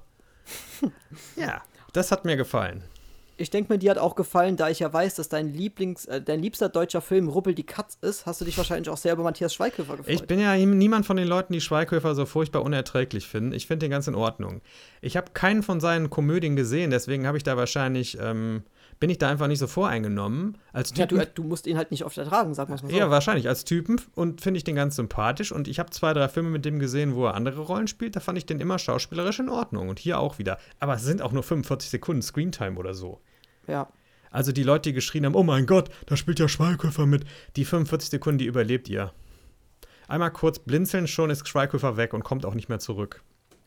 [SPEAKER 2] Ja, das hat mir gefallen.
[SPEAKER 1] Ich denke mir, die hat auch gefallen, da ich ja weiß, dass dein Lieblings, äh, dein liebster deutscher Film Ruppel die Katz ist, hast du dich wahrscheinlich auch sehr über Matthias Schweighöfer gefreut.
[SPEAKER 2] Ich bin ja niemand von den Leuten, die Schweighöfer so furchtbar unerträglich finden. Ich finde den ganz in Ordnung. Ich habe keinen von seinen Komödien gesehen, deswegen habe ich da wahrscheinlich, ähm, bin ich da einfach nicht so voreingenommen. Als
[SPEAKER 1] Typen, ja, du, du musst ihn halt nicht oft ertragen, sag mal so.
[SPEAKER 2] Ja, wahrscheinlich als Typen und finde ich den ganz sympathisch und ich habe zwei, drei Filme mit dem gesehen, wo er andere Rollen spielt, da fand ich den immer schauspielerisch in Ordnung und hier auch wieder. Aber es sind auch nur fünfundvierzig Sekunden Screentime oder so.
[SPEAKER 1] Ja.
[SPEAKER 2] Also die Leute, die geschrien haben, oh mein Gott, da spielt ja Schweighöfer mit, die fünfundvierzig Sekunden, die überlebt ihr. Einmal kurz blinzeln, schon ist Schweighöfer weg und kommt auch nicht mehr zurück.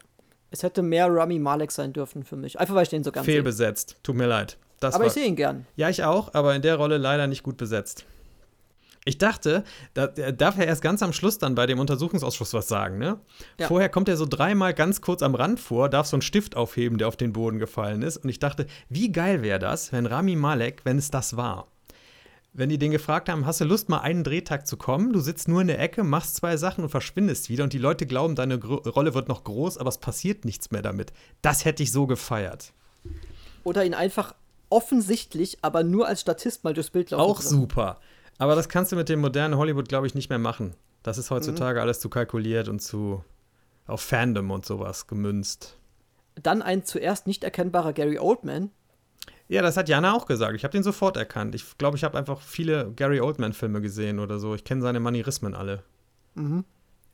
[SPEAKER 1] Es hätte mehr Rami Malek sein dürfen für mich. Einfach, weil ich den so gern sehe.
[SPEAKER 2] Fehlbesetzt, tut mir leid. Das
[SPEAKER 1] aber
[SPEAKER 2] war,
[SPEAKER 1] ich sehe ihn gern.
[SPEAKER 2] Ja, ich auch, aber in der Rolle leider nicht gut besetzt. Ich dachte, da, der darf er erst ganz am Schluss dann bei dem Untersuchungsausschuss was sagen, ne? Ja. Vorher kommt er so dreimal ganz kurz am Rand vor, darf so einen Stift aufheben, der auf den Boden gefallen ist. Und ich dachte, wie geil wäre das, wenn Rami Malek, wenn es das war, wenn die den gefragt haben, hast du Lust, mal einen Drehtag zu kommen? Du sitzt nur in der Ecke, machst zwei Sachen und verschwindest wieder. Und die Leute glauben, deine Gro- Rolle wird noch groß, aber es passiert nichts mehr damit. Das hätte ich so gefeiert.
[SPEAKER 1] Oder ihn einfach offensichtlich, aber nur als Statist mal durchs Bild laufen.
[SPEAKER 2] Auch super. Aber das kannst du mit dem modernen Hollywood, glaube ich, nicht mehr machen. Das ist heutzutage mhm. alles zu kalkuliert und zu auf Fandom und sowas gemünzt.
[SPEAKER 1] Dann ein zuerst nicht erkennbarer Gary Oldman.
[SPEAKER 2] Ja, das hat Jana auch gesagt. Ich habe den sofort erkannt. Ich glaube, ich habe einfach viele Gary Oldman-Filme gesehen oder so. Ich kenne seine Manierismen alle.
[SPEAKER 1] Mhm.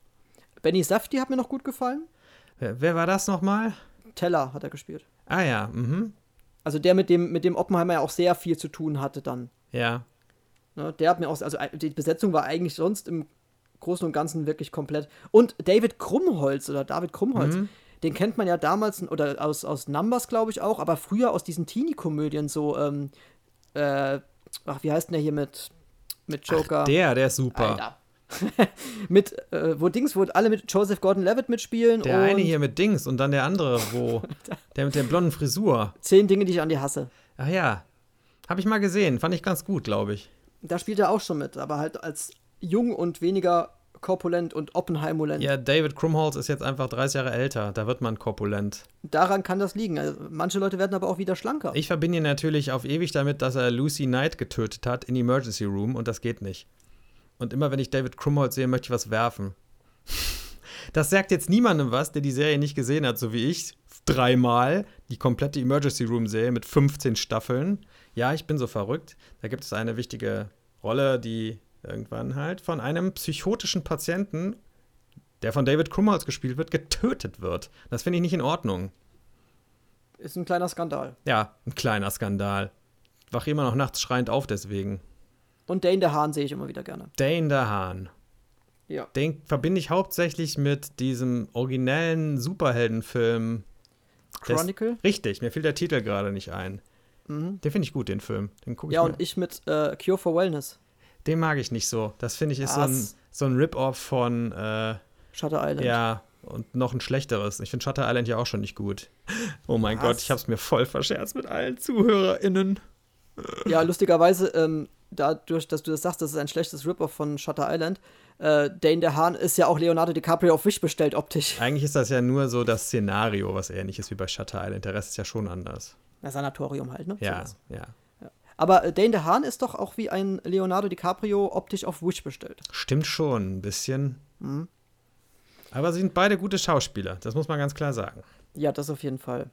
[SPEAKER 1] Benny Safdie hat mir noch gut gefallen.
[SPEAKER 2] Wer, wer war das nochmal?
[SPEAKER 1] Teller hat er gespielt.
[SPEAKER 2] Ah ja, mhm.
[SPEAKER 1] Also der, mit dem, mit dem Oppenheimer ja auch sehr viel zu tun hatte dann.
[SPEAKER 2] Ja.
[SPEAKER 1] Ne, der hat mir auch, also die Besetzung war eigentlich sonst im Großen und Ganzen wirklich komplett. Und David Krumholtz oder David Krumholtz, mhm. den kennt man ja damals, oder aus, aus Numbers, glaube ich auch, aber früher aus diesen Teenie-Komödien so, ähm, äh, ach, wie heißt denn der hier mit, mit Joker?
[SPEAKER 2] Ach, der, der ist super.
[SPEAKER 1] Alter. mit, äh, wo Dings, wo alle mit Joseph Gordon-Levitt mitspielen.
[SPEAKER 2] Der
[SPEAKER 1] und
[SPEAKER 2] eine hier mit Dings und dann der andere, wo, der mit der blonden Frisur.
[SPEAKER 1] Zehn Dinge, die ich an dir hasse.
[SPEAKER 2] Ach ja, habe ich mal gesehen, fand ich ganz gut, glaube ich.
[SPEAKER 1] Da spielt er auch schon mit, aber halt als jung und weniger korpulent und Oppenheimulent.
[SPEAKER 2] Ja, David Krumholtz ist jetzt einfach dreißig Jahre älter. Da wird man korpulent.
[SPEAKER 1] Daran kann das liegen. Also, manche Leute werden aber auch wieder schlanker.
[SPEAKER 2] Ich verbinde ihn natürlich auf ewig damit, dass er Lucy Knight getötet hat in Emergency Room und das geht nicht. Und immer wenn ich David Krumholtz sehe, möchte ich was werfen. Das sagt jetzt niemandem was, der die Serie nicht gesehen hat, so wie ich. Dreimal die komplette Emergency Room-Serie mit fünfzehn Staffeln. Ja, ich bin so verrückt. Da gibt es eine wichtige Rolle, die irgendwann halt von einem psychotischen Patienten, der von David Krumholtz gespielt wird, getötet wird. Das finde ich nicht in Ordnung.
[SPEAKER 1] Ist ein kleiner Skandal.
[SPEAKER 2] Ja, ein kleiner Skandal. Ich wache immer noch nachts schreiend auf deswegen.
[SPEAKER 1] Und Dane DeHaan sehe ich immer wieder gerne.
[SPEAKER 2] Dane DeHaan.
[SPEAKER 1] Ja.
[SPEAKER 2] Den verbinde ich hauptsächlich mit diesem originellen Superheldenfilm.
[SPEAKER 1] Chronicle?
[SPEAKER 2] Des, richtig, mir fiel der Titel gerade nicht ein.
[SPEAKER 1] Mhm.
[SPEAKER 2] Den finde ich gut, den Film. Den gucke ich
[SPEAKER 1] Ja,
[SPEAKER 2] mir.
[SPEAKER 1] und ich mit äh, Cure for Wellness.
[SPEAKER 2] Den mag ich nicht so. Das finde ich ist so ein, so ein Rip-Off von äh,
[SPEAKER 1] Shutter Island.
[SPEAKER 2] Ja, und noch ein schlechteres. Ich finde Shutter Island ja auch schon nicht gut. Oh mein
[SPEAKER 1] Was?
[SPEAKER 2] Gott, ich habe es mir voll verscherzt mit allen ZuhörerInnen.
[SPEAKER 1] Ja, lustigerweise, ähm, dadurch, dass du das sagst, das ist ein schlechtes Rip-Off von Shutter Island. Äh, Dane DeHaan ist ja auch Leonardo DiCaprio auf Wish bestellt, optisch.
[SPEAKER 2] Eigentlich ist das ja nur so das Szenario, was ähnlich ist wie bei Shutter Island. Der Rest ist ja schon anders.
[SPEAKER 1] Ja, Sanatorium halt, ne?
[SPEAKER 2] Ja,
[SPEAKER 1] Sowas.
[SPEAKER 2] ja.
[SPEAKER 1] Aber äh, Dane DeHaan ist doch auch wie ein Leonardo DiCaprio optisch auf Wish bestellt.
[SPEAKER 2] Stimmt schon, ein bisschen.
[SPEAKER 1] Mhm.
[SPEAKER 2] Aber sie sind beide gute Schauspieler, das muss man ganz klar sagen.
[SPEAKER 1] Ja, das auf jeden Fall.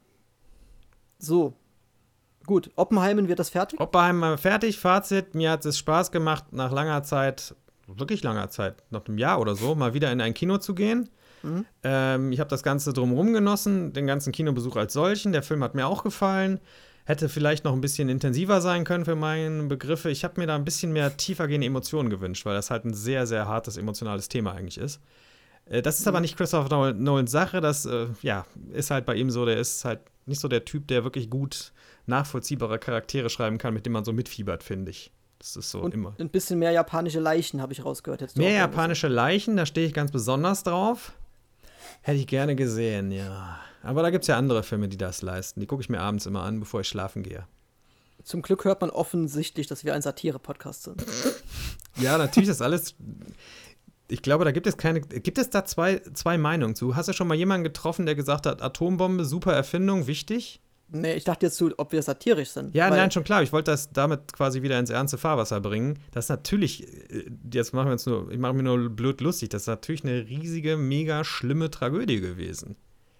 [SPEAKER 1] So. Gut, Oppenheimen wird das fertig?
[SPEAKER 2] Oppenheimer fertig, Fazit, mir hat es Spaß gemacht, nach langer Zeit, wirklich langer Zeit, nach einem Jahr oder so, mal wieder in ein Kino zu gehen.
[SPEAKER 1] Mhm.
[SPEAKER 2] Ähm, ich habe das Ganze drumherum genossen, den ganzen Kinobesuch als solchen. Der Film hat mir auch gefallen. Hätte vielleicht noch ein bisschen intensiver sein können für meine Begriffe. Ich habe mir da ein bisschen mehr tiefergehende Emotionen gewünscht, weil das halt ein sehr, sehr hartes emotionales Thema eigentlich ist. Äh, das ist mhm. aber nicht Christopher Nolans Sache. Das äh, ja, ist halt bei ihm so, der ist halt nicht so der Typ, der wirklich gut nachvollziehbare Charaktere schreiben kann, mit dem man so mitfiebert, finde ich. Das ist so
[SPEAKER 1] Und
[SPEAKER 2] immer.
[SPEAKER 1] ein bisschen mehr japanische Leichen, habe ich rausgehört. Hättest du
[SPEAKER 2] Mehr
[SPEAKER 1] auch
[SPEAKER 2] japanische Leichen, da stehe ich ganz besonders drauf. Hätte ich gerne gesehen, ja. Aber da gibt es ja andere Filme, die das leisten. Die gucke ich mir abends immer an, bevor ich schlafen gehe.
[SPEAKER 1] Zum Glück hört man offensichtlich, dass wir ein Satire-Podcast sind.
[SPEAKER 2] Ja, natürlich ist alles. Ich glaube, da gibt es keine. Gibt es da zwei, zwei Meinungen zu? Hast du schon mal jemanden getroffen, der gesagt hat, Atombombe, super Erfindung, wichtig?
[SPEAKER 1] Nee, ich dachte jetzt, ob wir satirisch sind.
[SPEAKER 2] Ja, nein, schon klar. Ich wollte das damit quasi wieder ins ernste Fahrwasser bringen. Das ist natürlich, jetzt machen wir uns nur, ich mache mir nur blöd lustig, das ist natürlich eine riesige, mega schlimme Tragödie gewesen.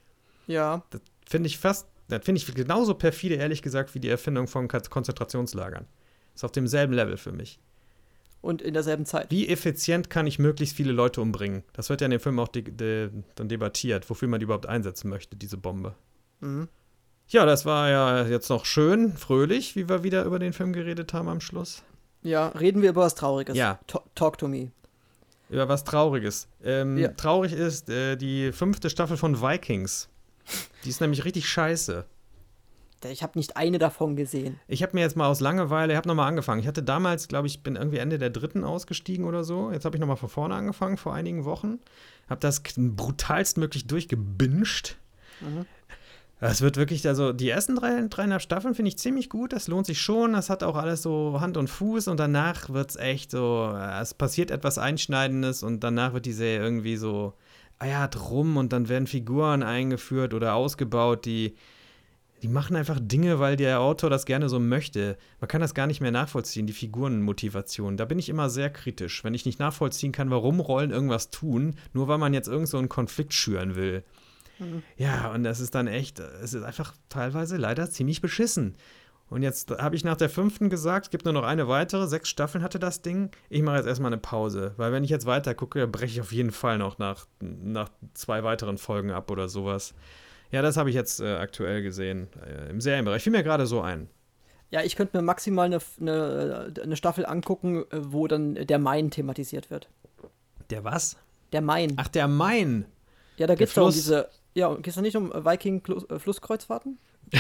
[SPEAKER 1] Ja.
[SPEAKER 2] Das finde ich fast, das finde ich genauso perfide, ehrlich gesagt, wie die Erfindung von Konzentrationslagern. Ist auf demselben Level für mich.
[SPEAKER 1] Und in derselben Zeit.
[SPEAKER 2] Wie effizient kann ich möglichst viele Leute umbringen? Das wird ja in dem Film auch de- de- dann debattiert, wofür man die überhaupt einsetzen möchte, diese Bombe.
[SPEAKER 1] Mhm.
[SPEAKER 2] Ja, das war ja jetzt noch schön, fröhlich, wie wir wieder über den Film geredet haben am Schluss.
[SPEAKER 1] Ja, reden wir über was Trauriges.
[SPEAKER 2] Ja.
[SPEAKER 1] To- Talk to me.
[SPEAKER 2] Über was Trauriges. Ähm,
[SPEAKER 1] Ja.
[SPEAKER 2] Traurig ist äh, die fünfte Staffel von Vikings. Die ist nämlich richtig scheiße.
[SPEAKER 1] Ich habe nicht eine davon gesehen.
[SPEAKER 2] Ich habe mir jetzt mal aus Langeweile, ich habe nochmal angefangen. Ich hatte damals, glaube ich, bin irgendwie Ende der dritten ausgestiegen oder so. Jetzt habe ich nochmal von vorne angefangen, vor einigen Wochen. Habe das brutalstmöglich durchgebinged. Mhm. Es wird wirklich, also die ersten drei, dreieinhalb Staffeln finde ich ziemlich gut. Das lohnt sich schon. Das hat auch alles so Hand und Fuß. Und danach wird es echt so, es passiert etwas Einschneidendes. Und danach wird die Serie irgendwie so eiert rum. Und dann werden Figuren eingeführt oder ausgebaut, die Die machen einfach Dinge, weil der Autor das gerne so möchte. Man kann das gar nicht mehr nachvollziehen, die Figurenmotivation. Da bin ich immer sehr kritisch, wenn ich nicht nachvollziehen kann, warum Rollen irgendwas tun, nur weil man jetzt irgend so einen Konflikt schüren will. Mhm. Ja, und das ist dann echt, es ist einfach teilweise leider ziemlich beschissen. Und jetzt habe ich nach der fünften gesagt, es gibt nur noch eine weitere, sechs Staffeln hatte das Ding. Ich mache jetzt erstmal eine Pause, weil wenn ich jetzt weiter gucke, breche ich auf jeden Fall noch nach, nach zwei weiteren Folgen ab oder sowas. Ja, das habe ich jetzt äh, aktuell gesehen, äh, im Serienbereich. Fiel mir gerade so ein.
[SPEAKER 1] Ja, ich könnte mir maximal eine, eine, eine Staffel angucken, wo dann der Main thematisiert wird.
[SPEAKER 2] Der was?
[SPEAKER 1] Der Main.
[SPEAKER 2] Ach, der Main.
[SPEAKER 1] Ja, da geht es doch um diese, ja, geht es da nicht um Viking-Flusskreuzfahrten?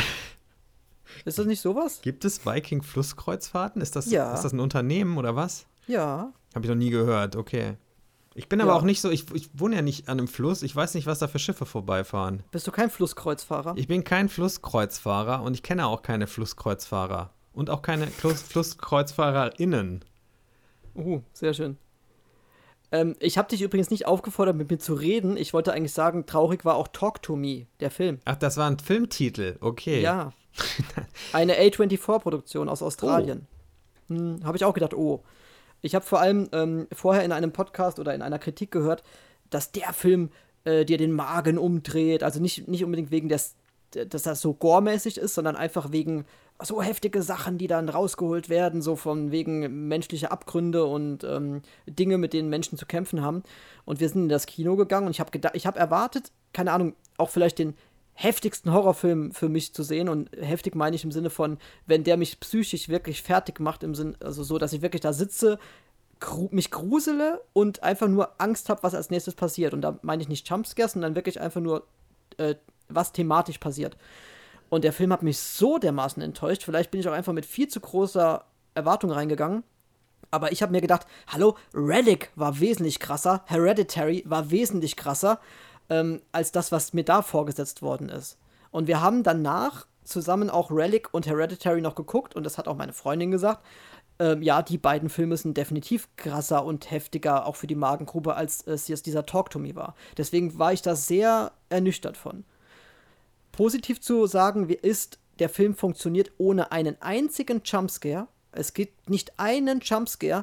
[SPEAKER 1] Ist das nicht sowas?
[SPEAKER 2] Gibt es Viking-Flusskreuzfahrten? Ist das,
[SPEAKER 1] Ja.
[SPEAKER 2] ist das ein Unternehmen oder was?
[SPEAKER 1] Ja.
[SPEAKER 2] Habe ich noch nie gehört, okay. Ich bin
[SPEAKER 1] Ja.
[SPEAKER 2] aber auch nicht so, ich, ich wohne ja nicht an einem Fluss, ich weiß nicht, was da für Schiffe vorbeifahren.
[SPEAKER 1] Bist du kein Flusskreuzfahrer?
[SPEAKER 2] Ich bin kein Flusskreuzfahrer und ich kenne auch keine Flusskreuzfahrer. Und auch keine Fluss- FlusskreuzfahrerInnen.
[SPEAKER 1] Uh, sehr schön. Ähm, ich habe dich übrigens nicht aufgefordert, mit mir zu reden. Ich wollte eigentlich sagen, traurig war auch Talk to Me, der Film.
[SPEAKER 2] Ach, das war ein Filmtitel, okay.
[SPEAKER 1] Ja. Eine A vierundzwanzig-Produktion aus Australien. Oh. Hm, habe ich auch gedacht, oh. Ich habe vor allem ähm, vorher in einem Podcast oder in einer Kritik gehört, dass der Film äh, dir den Magen umdreht. Also nicht, nicht unbedingt wegen des, dass das so gore-mäßig ist, sondern einfach wegen so heftige Sachen, die dann rausgeholt werden, so von wegen menschlicher Abgründe und ähm, Dinge, mit denen Menschen zu kämpfen haben. Und wir sind in das Kino gegangen und ich habe gedacht, ich habe erwartet, keine Ahnung, auch vielleicht den heftigsten Horrorfilm für mich zu sehen. Und heftig meine ich im Sinne von, wenn der mich psychisch wirklich fertig macht, im Sinne, also so, dass ich wirklich da sitze, gru- mich grusele und einfach nur Angst habe, was als nächstes passiert. Und da meine ich nicht Jumpscares, sondern wirklich einfach nur, äh, was thematisch passiert. Und der Film hat mich so dermaßen enttäuscht. Vielleicht bin ich auch einfach mit viel zu großer Erwartung reingegangen. Aber ich habe mir gedacht, hallo, Relic war wesentlich krasser, Hereditary war wesentlich krasser, ähm, als das, was mir da vorgesetzt worden ist. Und wir haben danach zusammen auch Relic und Hereditary noch geguckt. Und das hat auch meine Freundin gesagt. Ähm, ja, die beiden Filme sind definitiv krasser und heftiger, auch für die Magengrube, als es jetzt dieser Talk to Me war. Deswegen war ich da sehr ernüchtert von. Positiv zu sagen ist, der Film funktioniert ohne einen einzigen Jumpscare. Es gibt nicht einen Jumpscare,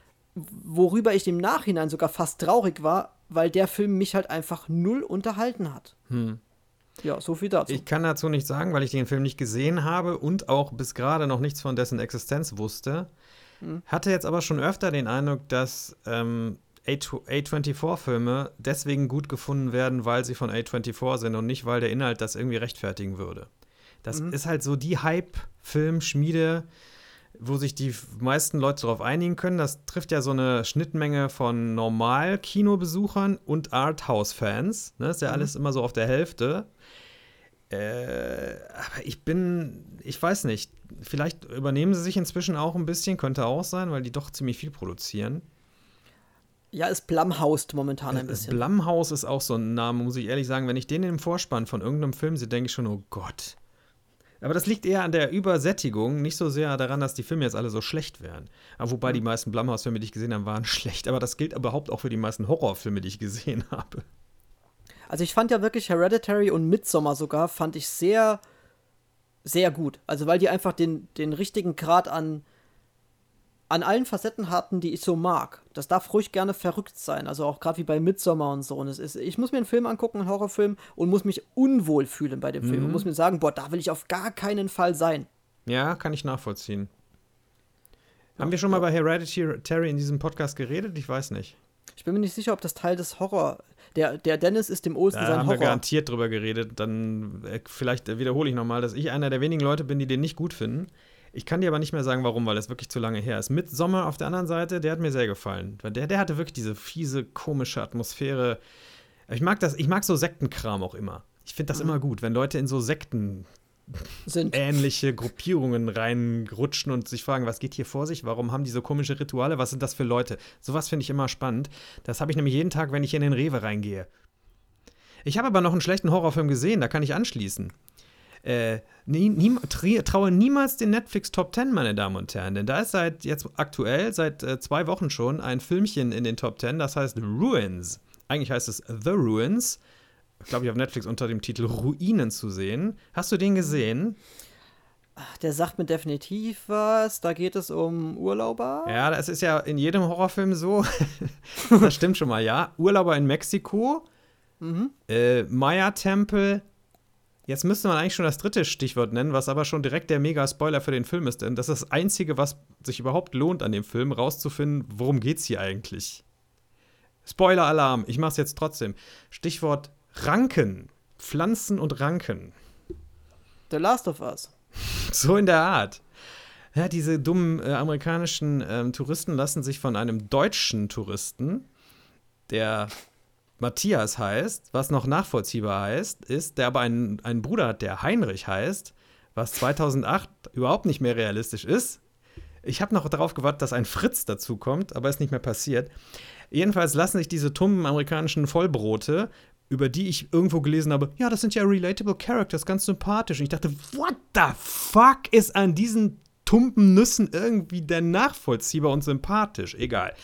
[SPEAKER 1] worüber ich im Nachhinein sogar fast traurig war, weil der Film mich halt einfach null unterhalten hat.
[SPEAKER 2] Hm.
[SPEAKER 1] Ja, so viel dazu.
[SPEAKER 2] Ich kann dazu nichts sagen, weil ich den Film nicht gesehen habe und auch bis gerade noch nichts von dessen Existenz wusste. Hm. Hatte jetzt aber schon öfter den Eindruck, dass ähm, A vierundzwanzig-Filme deswegen gut gefunden werden, weil sie von A vierundzwanzig sind und nicht, weil der Inhalt das irgendwie rechtfertigen würde. Das mhm. ist halt so die Hype-Film-Schmiede, wo sich die meisten Leute darauf einigen können. Das trifft ja so eine Schnittmenge von Normal-Kinobesuchern und Arthouse-Fans. Ne? Ist ja mhm. alles immer so auf der Hälfte. Äh, aber ich bin, ich weiß nicht, vielleicht übernehmen sie sich inzwischen auch ein bisschen, könnte auch sein, weil die doch ziemlich viel produzieren.
[SPEAKER 1] Ja, es blumhaust momentan ein bisschen.
[SPEAKER 2] Blumhouse ist auch so ein Name, muss ich ehrlich sagen. Wenn ich den im Vorspann von irgendeinem Film sehe, denke ich schon, oh Gott. Aber das liegt eher an der Übersättigung, nicht so sehr daran, dass die Filme jetzt alle so schlecht wären. Aber wobei mhm. die meisten Blumhouse-Filme, die ich gesehen habe, waren schlecht. Aber das gilt überhaupt auch für die meisten Horrorfilme, die ich gesehen habe.
[SPEAKER 1] Also ich fand ja wirklich Hereditary und Midsommar sogar, fand ich sehr, sehr gut. Also weil die einfach den, den richtigen Grad an an allen Facetten hatten, die ich so mag. Das darf ruhig gerne verrückt sein. Also auch gerade wie bei Midsommar und so. Und es ist, ich muss mir einen Film angucken, einen Horrorfilm, und muss mich unwohl fühlen bei dem mhm. Film. Und muss mir sagen, boah, da will ich auf gar keinen Fall sein.
[SPEAKER 2] Ja, kann ich nachvollziehen. Ja, Haben wir schon ja. mal bei Hereditary in diesem Podcast geredet? Ich weiß nicht.
[SPEAKER 1] Ich bin mir nicht sicher, ob das Teil des Horror... Der, der Dennis ist dem Olsen
[SPEAKER 2] da
[SPEAKER 1] sein
[SPEAKER 2] haben
[SPEAKER 1] Horror.
[SPEAKER 2] Wir garantiert drüber geredet. Dann äh, vielleicht wiederhole ich nochmal, dass ich einer der wenigen Leute bin, die den nicht gut finden. Ich kann dir aber nicht mehr sagen, warum, weil es wirklich zu lange her ist. Midsommar auf der anderen Seite, der hat mir sehr gefallen. Weil der, der hatte wirklich diese fiese, komische Atmosphäre. Ich mag das, ich mag so Sektenkram auch immer. Ich finde das mhm. immer gut, wenn Leute in so Sekten sind ähnliche Gruppierungen reinrutschen und sich fragen, was geht hier vor sich? Warum haben die so komische Rituale? Was sind das für Leute? Sowas finde ich immer spannend. Das habe ich nämlich jeden Tag, wenn ich in den Rewe reingehe. Ich habe aber noch einen schlechten Horrorfilm gesehen, da kann ich anschließen. Äh, nie, nie, traue niemals den Netflix Top Ten, meine Damen und Herren, denn da ist seit jetzt aktuell, seit äh, zwei Wochen schon, ein Filmchen in den Top Ten, das heißt Ruins. Eigentlich heißt es The Ruins, glaube ich auf Netflix unter dem Titel Ruinen zu sehen. Hast du den gesehen?
[SPEAKER 1] Der sagt mir definitiv was, da geht es um Urlauber.
[SPEAKER 2] Ja, das ist ja in jedem Horrorfilm so, das stimmt schon mal, ja. Urlauber in Mexiko, mhm. äh, Maya-Tempel. Jetzt müsste man eigentlich schon das dritte Stichwort nennen, was aber schon direkt der Mega-Spoiler für den Film ist. Denn das ist das Einzige, was sich überhaupt lohnt an dem Film, rauszufinden, worum geht's hier eigentlich. Spoiler-Alarm, ich mach's jetzt trotzdem. Stichwort Ranken. Pflanzen und Ranken.
[SPEAKER 1] The Last of Us.
[SPEAKER 2] So in der Art. Ja, diese dummen äh, amerikanischen ähm, Touristen lassen sich von einem deutschen Touristen, der Matthias heißt, was noch nachvollziehbar heißt, ist, der aber einen, einen Bruder hat, der Heinrich heißt, was zweitausendacht überhaupt nicht mehr realistisch ist. Ich habe noch darauf gewartet, dass ein Fritz dazu kommt, aber ist nicht mehr passiert. Jedenfalls lassen sich diese tummen amerikanischen Vollbrote, über die ich irgendwo gelesen habe, ja, das sind ja relatable Characters, ganz sympathisch. Und ich dachte, what the fuck ist an diesen tumpen Nüssen irgendwie denn nachvollziehbar und sympathisch? Egal.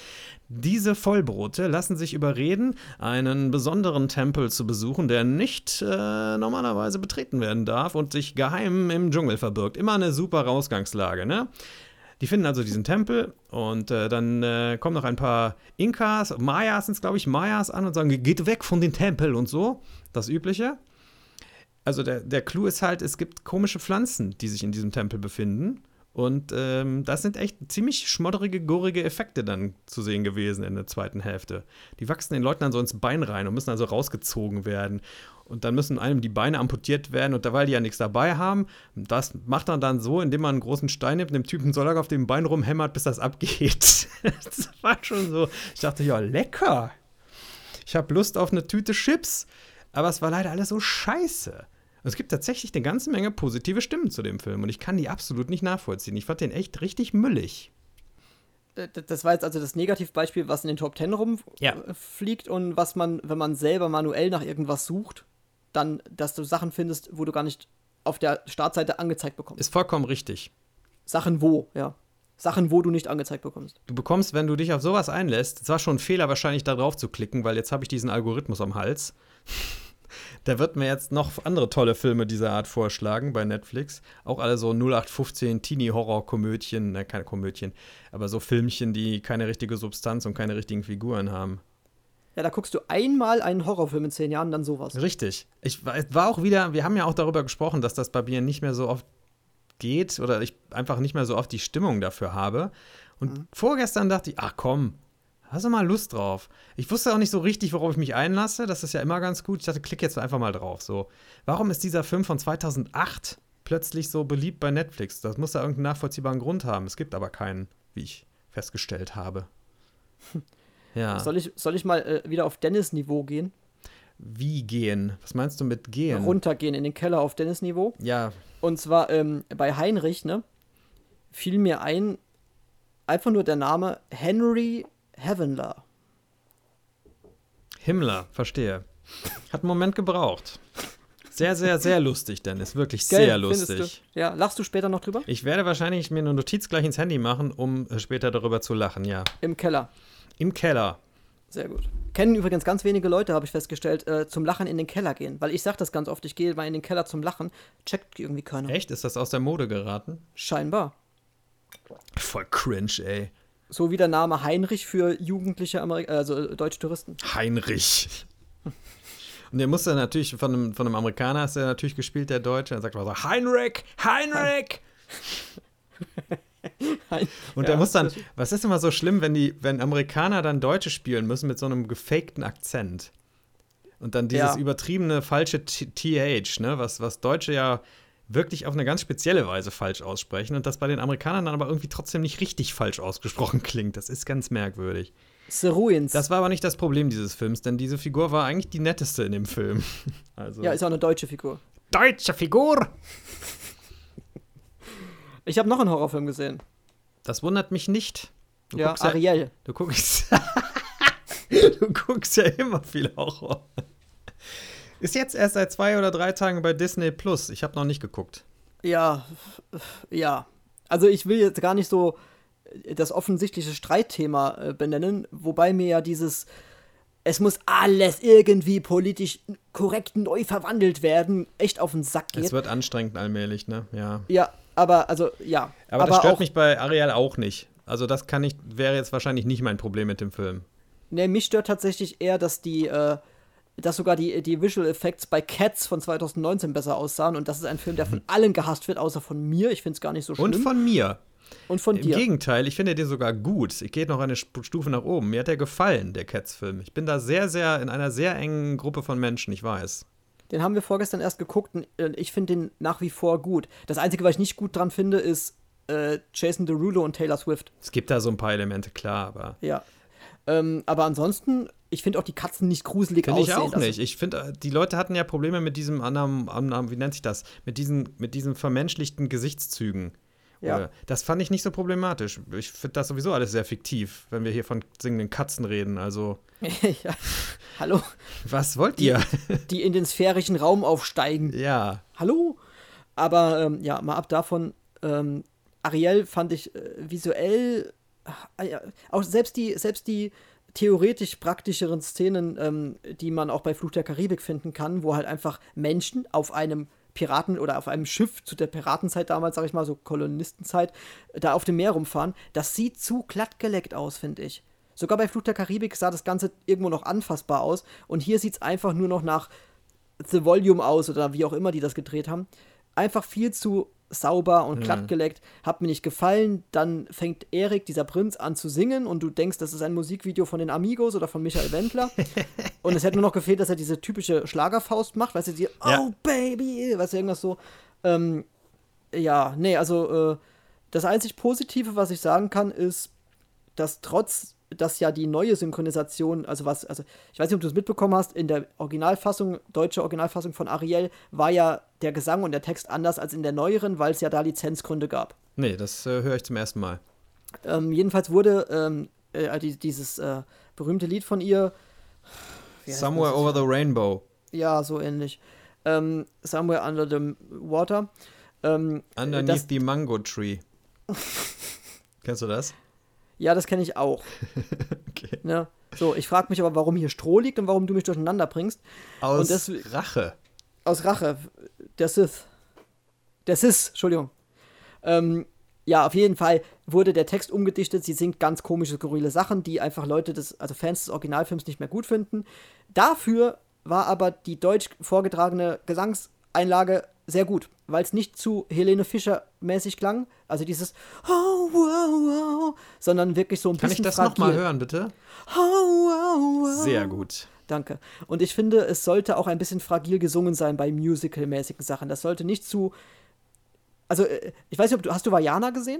[SPEAKER 2] Diese Vollbrote lassen sich überreden, einen besonderen Tempel zu besuchen, der nicht äh, normalerweise betreten werden darf und sich geheim im Dschungel verbirgt. Immer eine super Ausgangslage, ne? Die finden also diesen Tempel und äh, dann äh, kommen noch ein paar Inkas, Mayas sind es, glaube ich, Mayas an und sagen, geht weg von den Tempel und so. Das Übliche. Also der, der Clou ist halt, es gibt komische Pflanzen, die sich in diesem Tempel befinden. Und ähm, das sind echt ziemlich schmodderige, gurrige Effekte dann zu sehen gewesen in der zweiten Hälfte. Die wachsen den Leuten dann so ins Bein rein und müssen also rausgezogen werden. Und dann müssen einem die Beine amputiert werden. Und da, weil die ja nichts dabei haben, das macht man dann so, indem man einen großen Stein nimmt, dem Typen so lange auf dem Bein rumhämmert, bis das abgeht. Das war schon so. Ich dachte, ja, lecker. Ich habe Lust auf eine Tüte Chips. Aber es war leider alles so scheiße. Es gibt tatsächlich eine ganze Menge positive Stimmen zu dem Film und ich kann die absolut nicht nachvollziehen. Ich fand den echt richtig müllig.
[SPEAKER 1] Das war jetzt also das Negativbeispiel, was in den Top Ten rumfliegt, ja, und was man, wenn man selber manuell nach irgendwas sucht, dann, dass du Sachen findest, wo du gar nicht auf der Startseite angezeigt bekommst.
[SPEAKER 2] Ist vollkommen richtig.
[SPEAKER 1] Sachen wo, ja. Sachen, wo du nicht angezeigt bekommst.
[SPEAKER 2] Du bekommst, wenn du dich auf sowas einlässt, es war schon ein Fehler wahrscheinlich da drauf zu klicken, weil jetzt habe ich diesen Algorithmus am Hals. Da wird mir jetzt noch andere tolle Filme dieser Art vorschlagen bei Netflix. Auch alle so null acht fünfzehn Teenie-Horror-Komödien, ne, keine Komödien, aber so Filmchen, die keine richtige Substanz und keine richtigen Figuren haben.
[SPEAKER 1] Ja, da guckst du einmal einen Horrorfilm in zehn Jahren, dann sowas.
[SPEAKER 2] Richtig. Ich war auch wieder, wir haben ja auch darüber gesprochen, dass das bei mir nicht mehr so oft geht oder ich einfach nicht mehr so oft die Stimmung dafür habe. Und mhm. vorgestern dachte ich, ach komm, hast du mal Lust drauf? Ich wusste auch nicht so richtig, worauf ich mich einlasse. Das ist ja immer ganz gut. Ich dachte, klick jetzt einfach mal drauf. So, warum ist dieser Film von zweitausendacht plötzlich so beliebt bei Netflix? Das muss ja irgendeinen nachvollziehbaren Grund haben. Es gibt aber keinen, wie ich festgestellt habe. Ja.
[SPEAKER 1] Soll ich, soll ich mal äh, wieder auf Dennis-Niveau gehen?
[SPEAKER 2] Wie gehen? Was meinst du mit gehen?
[SPEAKER 1] Runtergehen in den Keller auf Dennis-Niveau.
[SPEAKER 2] Ja.
[SPEAKER 1] Und zwar ähm, bei Heinrich, ne, fiel mir ein, einfach nur der Name Henry Heavenler.
[SPEAKER 2] Himmler, verstehe. Hat einen Moment gebraucht. Sehr, sehr, sehr lustig, Dennis. Wirklich
[SPEAKER 1] Gell,
[SPEAKER 2] sehr lustig.
[SPEAKER 1] Du? Ja, lachst du später noch drüber?
[SPEAKER 2] Ich werde wahrscheinlich mir eine Notiz gleich ins Handy machen, um später darüber zu lachen, ja.
[SPEAKER 1] Im Keller.
[SPEAKER 2] Im Keller.
[SPEAKER 1] Sehr gut. Kennen übrigens ganz wenige Leute, habe ich festgestellt, äh, zum Lachen in den Keller gehen. Weil ich sage das ganz oft, ich gehe mal in den Keller zum Lachen, checkt irgendwie keiner.
[SPEAKER 2] Echt? Ist das aus der Mode geraten?
[SPEAKER 1] Scheinbar.
[SPEAKER 2] Voll cringe, ey.
[SPEAKER 1] So wie der Name Heinrich für jugendliche Amerik- also deutsche Touristen.
[SPEAKER 2] Heinrich. Und der muss dann natürlich, von einem, von einem Amerikaner ist er natürlich gespielt, der Deutsche. Dann sagt man so, Heinrich, Heinrich. Hein- Und ja, der muss dann, was ist immer so schlimm, wenn die, wenn Amerikaner dann Deutsche spielen müssen mit so einem gefakten Akzent. Und dann dieses ja. übertriebene, falsche T H, ne, was, was Deutsche ja wirklich auf eine ganz spezielle Weise falsch aussprechen und das bei den Amerikanern dann aber irgendwie trotzdem nicht richtig falsch ausgesprochen klingt. Das ist ganz merkwürdig.
[SPEAKER 1] Seruins.
[SPEAKER 2] Das war aber nicht das Problem dieses Films, denn diese Figur war eigentlich die netteste in dem Film. Also
[SPEAKER 1] ja, ist auch eine deutsche Figur.
[SPEAKER 2] Deutsche Figur!
[SPEAKER 1] Ich habe noch einen Horrorfilm gesehen.
[SPEAKER 2] Das wundert mich nicht.
[SPEAKER 1] Du ja, Ariel.
[SPEAKER 2] Ja, du guckst Du guckst ja immer viel Horror. Ist jetzt erst seit zwei oder drei Tagen bei Disney Plus. Ich habe noch nicht geguckt.
[SPEAKER 1] Ja, ja. Also ich will jetzt gar nicht so das offensichtliche Streitthema äh, benennen, wobei mir ja dieses, es muss alles irgendwie politisch korrekt neu verwandelt werden, echt auf den Sack geht.
[SPEAKER 2] Es wird anstrengend allmählich, ne? Ja.
[SPEAKER 1] Ja, aber, also, ja.
[SPEAKER 2] Aber, aber das stört auch, mich bei Ariel auch nicht. Also das kann ich, wäre jetzt wahrscheinlich nicht mein Problem mit dem Film.
[SPEAKER 1] Ne, mich stört tatsächlich eher, dass die, äh, dass sogar die, die Visual Effects bei Cats von zwanzig neunzehn besser aussahen. Und das ist ein Film, der von allen gehasst wird, außer von mir. Ich finde es gar nicht so schlimm.
[SPEAKER 2] Und von mir.
[SPEAKER 1] Und von
[SPEAKER 2] Im
[SPEAKER 1] dir.
[SPEAKER 2] Im Gegenteil, ich finde den sogar gut. Ich gehe noch eine Stufe nach oben. Mir hat der gefallen, der Cats-Film. Ich bin da sehr, sehr, in einer sehr engen Gruppe von Menschen, ich weiß.
[SPEAKER 1] Den haben wir vorgestern erst geguckt und ich finde den nach wie vor gut. Das Einzige, was ich nicht gut dran finde, ist äh, Jason Derulo und Taylor Swift.
[SPEAKER 2] Es gibt da so ein paar Elemente, klar, aber...
[SPEAKER 1] Ja. Ähm, aber ansonsten, ich finde auch die Katzen nicht gruselig
[SPEAKER 2] find
[SPEAKER 1] aussehen.
[SPEAKER 2] Finde ich auch nicht. Ich finde, die Leute hatten ja Probleme mit diesem anderen, anderen, wie nennt sich das? Mit diesen, mit diesen vermenschlichten Gesichtszügen.
[SPEAKER 1] Ja.
[SPEAKER 2] Oder, das fand ich nicht so problematisch. Ich finde das sowieso alles sehr fiktiv, wenn wir hier von singenden Katzen reden. Also.
[SPEAKER 1] Ja. Hallo?
[SPEAKER 2] Was wollt
[SPEAKER 1] die,
[SPEAKER 2] ihr?
[SPEAKER 1] Die in den sphärischen Raum aufsteigen.
[SPEAKER 2] Ja.
[SPEAKER 1] Hallo? Aber ähm, ja, mal ab davon, ähm, Ariel fand ich äh, visuell auch selbst die, selbst die theoretisch praktischeren Szenen, ähm, die man auch bei Fluch der Karibik finden kann, wo halt einfach Menschen auf einem Piraten- oder auf einem Schiff zu der Piratenzeit damals, sag ich mal, so Kolonistenzeit, da auf dem Meer rumfahren, das sieht zu glattgeleckt aus, finde ich. Sogar bei Fluch der Karibik sah das Ganze irgendwo noch anfassbar aus und hier sieht es einfach nur noch nach The Volume aus oder wie auch immer die das gedreht haben. Einfach viel zu sauber und glattgeleckt, hat mir nicht gefallen. Dann fängt Erik, dieser Prinz, an zu singen und du denkst, das ist ein Musikvideo von den Amigos oder von Michael Wendler. Und es hätte nur noch gefehlt, dass er diese typische Schlagerfaust macht, weißt du, die
[SPEAKER 2] Ja.
[SPEAKER 1] Oh Baby, weißt du, irgendwas so. Ähm, ja, nee, also äh, das einzig Positive, was ich sagen kann, ist, dass trotz, dass ja die neue Synchronisation, also was, also ich weiß nicht, ob du es mitbekommen hast, in der Originalfassung, deutsche Originalfassung von Ariel, war ja der Gesang und der Text anders als in der neueren, weil es ja da Lizenzgründe gab.
[SPEAKER 2] Nee, das äh, höre ich zum ersten Mal.
[SPEAKER 1] Ähm, jedenfalls wurde ähm, äh, die, dieses äh, berühmte Lied von ihr, wie heißt
[SPEAKER 2] Somewhere
[SPEAKER 1] das?
[SPEAKER 2] Over the Rainbow.
[SPEAKER 1] Ja, so ähnlich, ähm, Somewhere Under the Water. Ähm,
[SPEAKER 2] Underneath
[SPEAKER 1] das,
[SPEAKER 2] the Mango Tree. Kennst du das?
[SPEAKER 1] ja, das kenne ich auch.
[SPEAKER 2] Okay.
[SPEAKER 1] Ne? So, ich frage mich aber, warum hier Stroh liegt und warum du mich durcheinander bringst.
[SPEAKER 2] Aus
[SPEAKER 1] Und das-
[SPEAKER 2] Rache.
[SPEAKER 1] Aus Rache. Der Sith. Der Sith, Entschuldigung. Ähm, ja, auf jeden Fall wurde der Text umgedichtet. Sie singt ganz komische, skurrile Sachen, die einfach Leute, des, also Fans des Originalfilms, nicht mehr gut finden. Dafür war aber die deutsch vorgetragene Gesangseinlage sehr gut, weil es nicht zu Helene Fischer-mäßig klang. Also dieses oh, wow, wow, sondern wirklich so ein
[SPEAKER 2] Kann ich
[SPEAKER 1] bisschen
[SPEAKER 2] das
[SPEAKER 1] fragil.
[SPEAKER 2] nochmal hören, bitte?
[SPEAKER 1] Oh, wow, wow.
[SPEAKER 2] Sehr gut.
[SPEAKER 1] Danke. Und ich finde, es sollte auch ein bisschen fragil gesungen sein bei Musical-mäßigen Sachen. Das sollte nicht zu. Also, äh, ich weiß nicht, ob du. Hast du Vajana gesehen?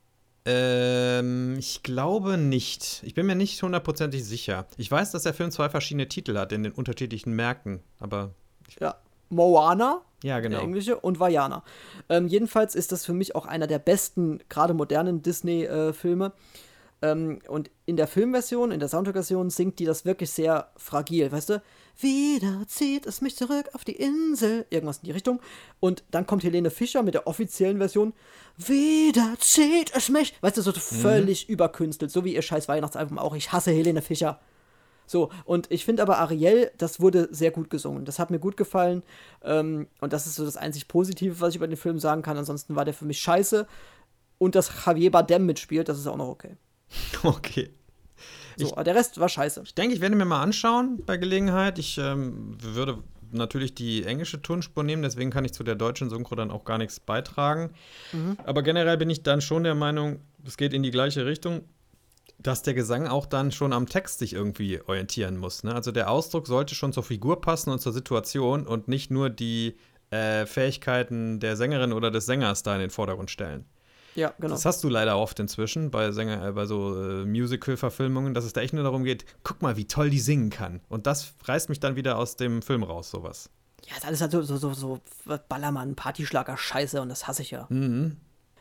[SPEAKER 2] Ähm, ich glaube nicht. Ich bin mir nicht hundertprozentig sicher. Ich weiß, dass der Film zwei verschiedene Titel hat in den unterschiedlichen Märkten, aber
[SPEAKER 1] Ja. Moana,
[SPEAKER 2] ja,
[SPEAKER 1] der
[SPEAKER 2] genau.
[SPEAKER 1] englische, und Vajana. Ähm, jedenfalls ist das für mich auch einer der besten, gerade modernen Disney-Filme. Ähm, und in der Filmversion, in der Soundtrack-Version, singt die das wirklich sehr fragil, weißt du? Wieder zieht es mich zurück auf die Insel. Irgendwas in die Richtung. Und dann kommt Helene Fischer mit der offiziellen Version. Wieder zieht es mich. Weißt du, so völlig überkünstelt. So wie ihr scheiß Weihnachtsalbum auch. Ich hasse Helene Fischer. So, und ich finde aber Ariel, das wurde sehr gut gesungen. Das hat mir gut gefallen. Ähm, und das ist so das einzig Positive, was ich über den Film sagen kann. Ansonsten war der für mich scheiße. Und dass Javier Bardem mitspielt, das ist auch noch okay.
[SPEAKER 2] Okay.
[SPEAKER 1] So,
[SPEAKER 2] Ich-
[SPEAKER 1] aber der Rest war scheiße.
[SPEAKER 2] Ich denke, ich werde mir mal anschauen bei Gelegenheit. Ich ähm, würde natürlich die englische Tonspur nehmen, deswegen kann ich zu der deutschen Synchro dann auch gar nichts beitragen. Aber generell bin ich dann schon der Meinung, es geht in die gleiche Richtung, dass der Gesang auch dann schon am Text sich irgendwie orientieren muss. Ne? Also der Ausdruck sollte schon zur Figur passen und zur Situation und nicht nur die äh, Fähigkeiten der Sängerin oder des Sängers da in den Vordergrund stellen.
[SPEAKER 1] Ja, genau.
[SPEAKER 2] Das hast du leider oft inzwischen bei Sänger, äh, bei so äh, Musical-Verfilmungen, dass es da echt nur darum geht, guck mal, wie toll die singen kann. Und das reißt mich dann wieder aus dem Film raus, sowas.
[SPEAKER 1] Ja, ist alles halt so, so, so, so Ballermann, Partyschlager, Scheiße und das hasse ich ja.
[SPEAKER 2] Mhm.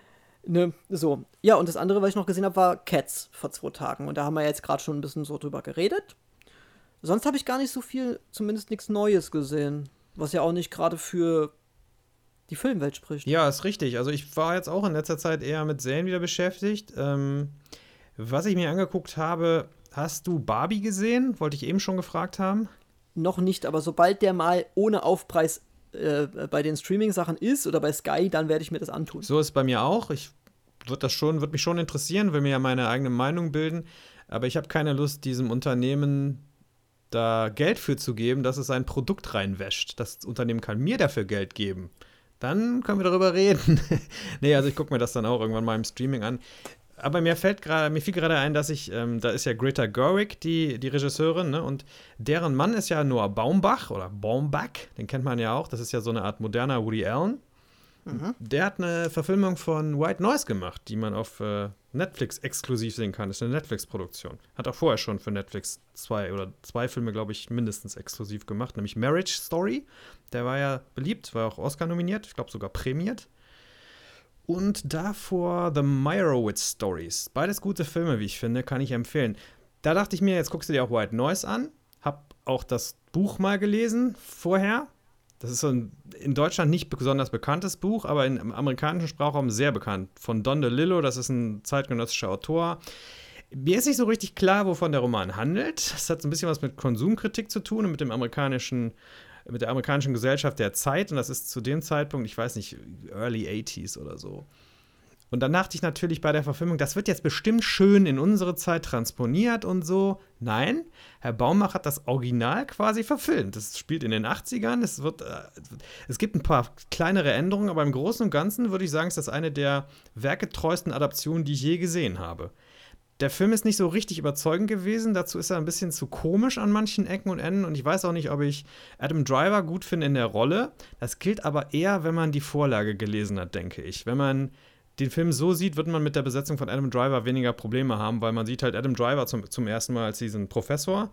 [SPEAKER 1] Ne, so. Ja, und das andere, was ich noch gesehen habe, war Cats vor zwei Tagen. Und da haben wir jetzt gerade schon ein bisschen so drüber geredet. Sonst habe ich gar nicht so viel, zumindest nichts Neues gesehen. Was ja auch nicht gerade für die Filmwelt spricht.
[SPEAKER 2] Ja, ist richtig. Also ich war jetzt auch in letzter Zeit eher mit Serien wieder beschäftigt. Ähm, was ich mir angeguckt habe, hast du Barbie gesehen? Wollte ich eben schon gefragt haben.
[SPEAKER 1] Noch nicht, aber sobald der mal ohne Aufpreis äh, bei den Streaming-Sachen ist oder bei Sky, dann werde ich mir das antun.
[SPEAKER 2] So ist es bei mir auch. Ich würde das schon, würde mich schon interessieren, will mir ja meine eigene Meinung bilden. Aber ich habe keine Lust, diesem Unternehmen da Geld für zu geben, dass es sein Produkt reinwäscht. Das Unternehmen kann mir dafür Geld geben. Dann können wir darüber reden. Nee, also ich gucke mir das dann auch irgendwann mal im Streaming an. Aber mir fällt gerade, mir fiel gerade ein, dass ich, ähm, da ist ja Greta Gerwig, die, die Regisseurin, ne? Und deren Mann ist ja Noah Baumbach oder Baumbach, den kennt man ja auch. Das ist ja so eine Art moderner Woody Allen.
[SPEAKER 1] Mhm.
[SPEAKER 2] Der hat eine Verfilmung von White Noise gemacht, die man auf äh, Netflix exklusiv sehen kann. Das ist eine Netflix-Produktion. Hat auch vorher schon für Netflix zwei oder zwei Filme, glaube ich, mindestens exklusiv gemacht, nämlich Marriage Story. Der war ja beliebt, war auch Oscar nominiert, ich glaube sogar prämiert. Und davor The Meyerowitz Stories. Beides gute Filme, wie ich finde, kann ich empfehlen. Da dachte ich mir, jetzt guckst du dir auch White Noise an. Hab auch das Buch mal gelesen vorher. Das ist so ein in Deutschland nicht besonders bekanntes Buch, aber im amerikanischen Sprachraum sehr bekannt. Von Don DeLillo, das ist ein zeitgenössischer Autor. Mir ist nicht so richtig klar, wovon der Roman handelt. Es hat so ein bisschen was mit Konsumkritik zu tun und mit dem amerikanischen, mit der amerikanischen Gesellschaft der Zeit. Und das ist zu dem Zeitpunkt, ich weiß nicht, Early eighties oder so. Und dann dachte ich natürlich bei der Verfilmung, das wird jetzt bestimmt schön in unsere Zeit transponiert und so. Nein, Herr Baumbach hat das Original quasi verfilmt. Das spielt in den achtzigern. Es, wird, äh, es gibt ein paar kleinere Änderungen, aber im Großen und Ganzen würde ich sagen, ist das eine der werkgetreuesten Adaptionen, die ich je gesehen habe. Der Film ist nicht so richtig überzeugend gewesen. Dazu ist er ein bisschen zu komisch an manchen Ecken und Enden. Und ich weiß auch nicht, ob ich Adam Driver gut finde in der Rolle. Das gilt aber eher, wenn man die Vorlage gelesen hat, denke ich. Wenn man den Film so sieht, wird man mit der Besetzung von Adam Driver weniger Probleme haben, weil man sieht halt Adam Driver zum, zum ersten Mal als diesen Professor.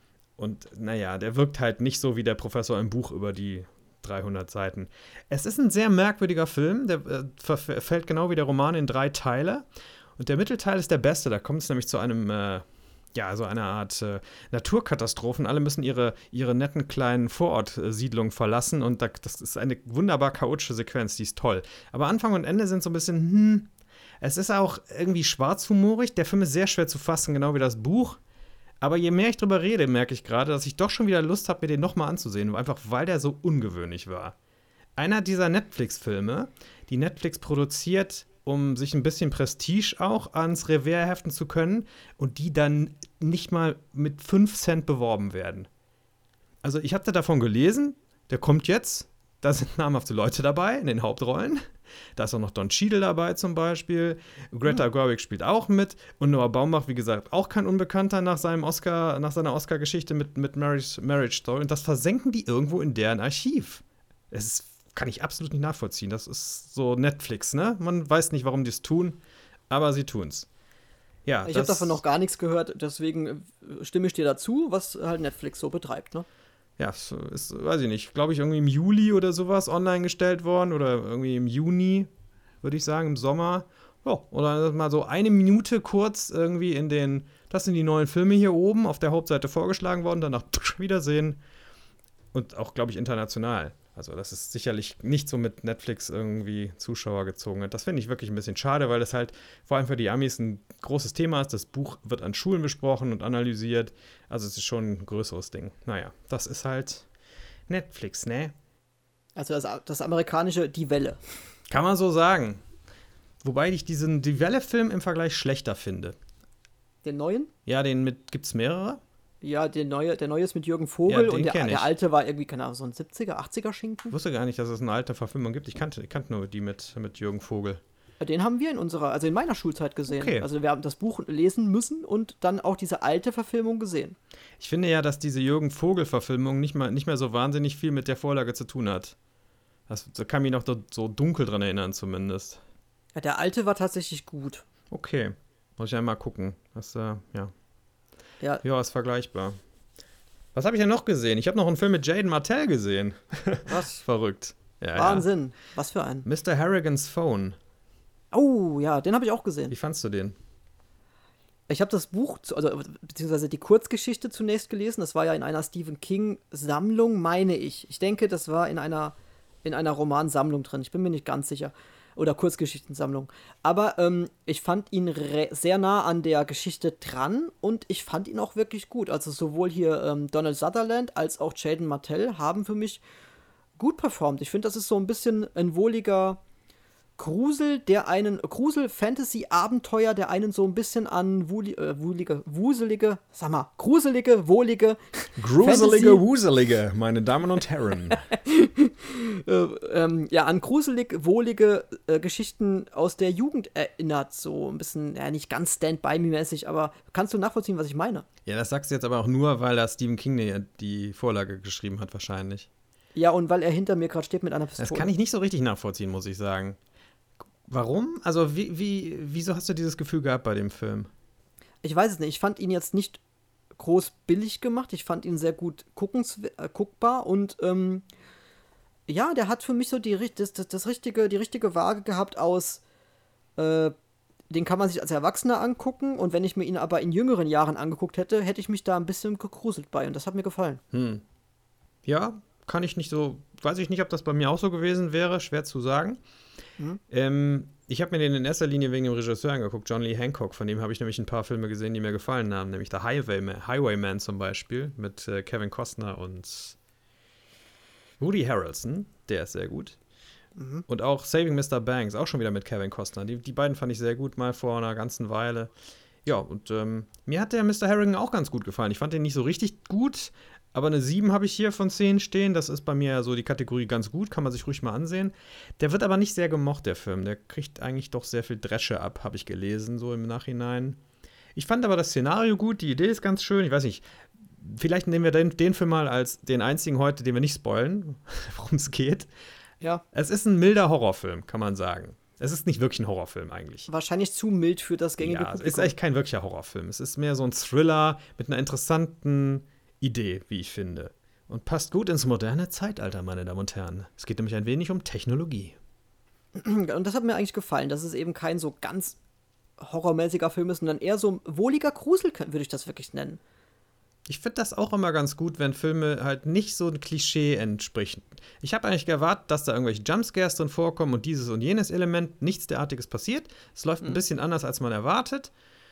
[SPEAKER 2] Und naja, der wirkt halt nicht so wie der Professor im Buch über die dreihundert Seiten. Es ist ein sehr merkwürdiger Film, der äh, verfällt genau wie der Roman in drei Teile. Und der Mittelteil ist der beste, da kommt es nämlich zu einem, äh, ja, so einer Art äh, Naturkatastrophen. Alle müssen ihre, ihre netten kleinen Vorortsiedlungen verlassen und da, das ist eine wunderbar chaotische Sequenz, die ist toll. Aber Anfang und Ende sind so ein bisschen, hm, es ist auch irgendwie schwarzhumorig. Der Film ist sehr schwer zu fassen, genau wie das Buch. Aber je mehr ich drüber rede, merke ich gerade, dass ich doch schon wieder Lust habe, mir den nochmal anzusehen, einfach weil der so ungewöhnlich war. Einer dieser Netflix-Filme, die Netflix produziert, um sich ein bisschen Prestige auch ans Revers heften zu können und die dann nicht mal mit fünf Cent beworben werden. Also ich hatte davon gelesen, der kommt jetzt, da sind namhafte Leute dabei in den Hauptrollen. Da ist auch noch Don Cheadle dabei zum Beispiel. Greta mhm. Gerwig spielt auch mit. Und Noah Baumbach, wie gesagt, auch kein Unbekannter nach seinem Oscar, nach seiner Oscar-Geschichte mit, mit Marriage, Marriage Story. Und das versenken die irgendwo in deren Archiv. Es ist kann ich absolut nicht nachvollziehen. Das ist so Netflix, ne? Man weiß nicht, warum die es tun, aber sie tun's. Ja,
[SPEAKER 1] ich habe davon noch gar nichts gehört, deswegen stimme ich dir dazu, was halt Netflix so betreibt, ne?
[SPEAKER 2] Ja, ist, weiß ich nicht, glaube ich, irgendwie im Juli oder sowas online gestellt worden oder irgendwie im Juni, würde ich sagen, im Sommer. Ja, oder mal so eine Minute kurz irgendwie in den, das sind die neuen Filme hier oben auf der Hauptseite vorgeschlagen worden, danach Wiedersehen und auch, glaube ich, international. Also das ist sicherlich nicht so mit Netflix irgendwie Zuschauer gezogen hat. Das finde ich wirklich ein bisschen schade, weil das halt vor allem für die Amis ein großes Thema ist. Das Buch wird an Schulen besprochen und analysiert. Also es ist schon ein größeres Ding. Naja, das ist halt Netflix, ne?
[SPEAKER 1] Also das, das amerikanische Die Welle.
[SPEAKER 2] Kann man so sagen. Wobei ich diesen Die Welle-Film im Vergleich schlechter finde.
[SPEAKER 1] Den neuen?
[SPEAKER 2] Ja, den mit, gibt's mehrere?
[SPEAKER 1] Ja, der neue, der neue ist mit Jürgen Vogel
[SPEAKER 2] ja,
[SPEAKER 1] und der, der alte war irgendwie, keine Ahnung, so ein siebziger, achtziger Schinken.
[SPEAKER 2] Ich wusste gar nicht, dass es eine alte Verfilmung gibt. Ich kannte, ich kannte nur die mit, mit Jürgen Vogel.
[SPEAKER 1] Den haben wir in unserer, also in meiner Schulzeit gesehen.
[SPEAKER 2] Okay.
[SPEAKER 1] Also wir haben das Buch lesen müssen und dann auch diese alte Verfilmung gesehen.
[SPEAKER 2] Ich finde ja, dass diese Jürgen Vogel-Verfilmung nicht, mal, nicht mehr so wahnsinnig viel mit der Vorlage zu tun hat. Das, da kann mich noch so dunkel dran erinnern zumindest.
[SPEAKER 1] Ja, der alte war tatsächlich gut.
[SPEAKER 2] Okay, muss ich einmal gucken. Das, äh, ja.
[SPEAKER 1] Ja.
[SPEAKER 2] Ja, ist vergleichbar. Was habe ich denn noch gesehen? Ich habe noch einen Film mit Jaden Martell gesehen.
[SPEAKER 1] Was?
[SPEAKER 2] Verrückt. Ja,
[SPEAKER 1] Wahnsinn.
[SPEAKER 2] Ja.
[SPEAKER 1] Was für ein?
[SPEAKER 2] Mister Harrigan's Phone.
[SPEAKER 1] Oh, ja, den habe ich auch gesehen.
[SPEAKER 2] Wie fandst du den?
[SPEAKER 1] Ich habe das Buch, also beziehungsweise die Kurzgeschichte zunächst gelesen. Das war ja in einer Stephen King-Sammlung, meine ich. Ich denke, das war in einer, in einer Romansammlung drin. Ich bin mir nicht ganz sicher. Oder Kurzgeschichtensammlung. Aber ähm, ich fand ihn re- sehr nah an der Geschichte dran und ich fand ihn auch wirklich gut. Also sowohl hier ähm, Donald Sutherland als auch Jaden Martell haben für mich gut performt. Ich finde, das ist so ein bisschen ein wohliger Grusel, der einen, Grusel-Fantasy-Abenteuer, der einen so ein bisschen an wuli, äh, wulige, wuselige, sag mal, gruselige, wohlige
[SPEAKER 2] Gruselige, wuselige, meine Damen und Herren.
[SPEAKER 1] äh, ähm, ja, an gruselig, wohlige äh, Geschichten aus der Jugend erinnert, so ein bisschen, ja, nicht ganz Stand-by-me-mäßig, aber kannst du nachvollziehen, was ich meine?
[SPEAKER 2] Ja, das sagst du jetzt aber auch nur, weil da Stephen King die, die Vorlage geschrieben hat, wahrscheinlich.
[SPEAKER 1] Ja, und weil er hinter mir gerade steht mit einer Pistole.
[SPEAKER 2] Das kann ich nicht so richtig nachvollziehen, muss ich sagen. Warum? Also, wie, wie, wieso hast du dieses Gefühl gehabt bei dem Film?
[SPEAKER 1] Ich weiß es nicht. Ich fand ihn jetzt nicht groß billig gemacht. Ich fand ihn sehr gut guckens, äh, guckbar. Und ähm, ja, der hat für mich so die, das, das, das richtige, die richtige Waage gehabt aus, äh, den kann man sich als Erwachsener angucken. Und wenn ich mir ihn aber in jüngeren Jahren angeguckt hätte, hätte ich mich da ein bisschen gegruselt bei. Und das hat mir gefallen.
[SPEAKER 2] Hm. Ja, kann ich nicht so weiß ich nicht, ob das bei mir auch so gewesen wäre, schwer zu sagen. Mhm. Ähm, ich habe mir den in erster Linie wegen dem Regisseur angeguckt, John Lee Hancock. Von dem habe ich nämlich ein paar Filme gesehen, die mir gefallen haben. Nämlich The Highwayman, Highwayman zum Beispiel mit äh, Kevin Costner und Woody Harrelson. Der ist sehr gut. Mhm. Und auch Saving Mister Banks, auch schon wieder mit Kevin Costner. Die, die beiden fand ich sehr gut, mal vor einer ganzen Weile. Ja, und ähm, mir hat der Mister Harrigan auch ganz gut gefallen. Ich fand den nicht so richtig gut, aber eine sieben habe ich hier von zehn stehen. Das ist bei mir ja so die Kategorie ganz gut, kann man sich ruhig mal ansehen. Der wird aber nicht sehr gemocht, der Film. Der kriegt eigentlich doch sehr viel Dresche ab, habe ich gelesen, so im Nachhinein. Ich fand aber das Szenario gut, die Idee ist ganz schön. Ich weiß nicht, vielleicht nehmen wir den, den Film mal als den einzigen heute, den wir nicht spoilen, worum es geht.
[SPEAKER 1] Ja.
[SPEAKER 2] Es ist ein milder Horrorfilm, kann man sagen. Es ist nicht wirklich ein Horrorfilm eigentlich.
[SPEAKER 1] Wahrscheinlich zu mild für das gängige
[SPEAKER 2] ja,
[SPEAKER 1] Publikum.
[SPEAKER 2] Es ist eigentlich kein wirklicher Horrorfilm. Es ist mehr so ein Thriller mit einer interessanten Idee, wie ich finde. Und passt gut ins moderne Zeitalter, meine Damen und Herren. Es geht nämlich ein wenig um Technologie.
[SPEAKER 1] Und das hat mir eigentlich gefallen, dass es eben kein so ganz horrormäßiger Film ist, sondern eher so ein wohliger Grusel, würde ich das wirklich nennen.
[SPEAKER 2] Ich finde das auch immer ganz gut, wenn Filme halt nicht so ein Klischee entsprechen. Ich habe eigentlich gewartet, dass da irgendwelche Jumpscares drin vorkommen und dieses und jenes Element, nichts derartiges passiert. Es läuft mhm. ein bisschen anders, als man erwartet.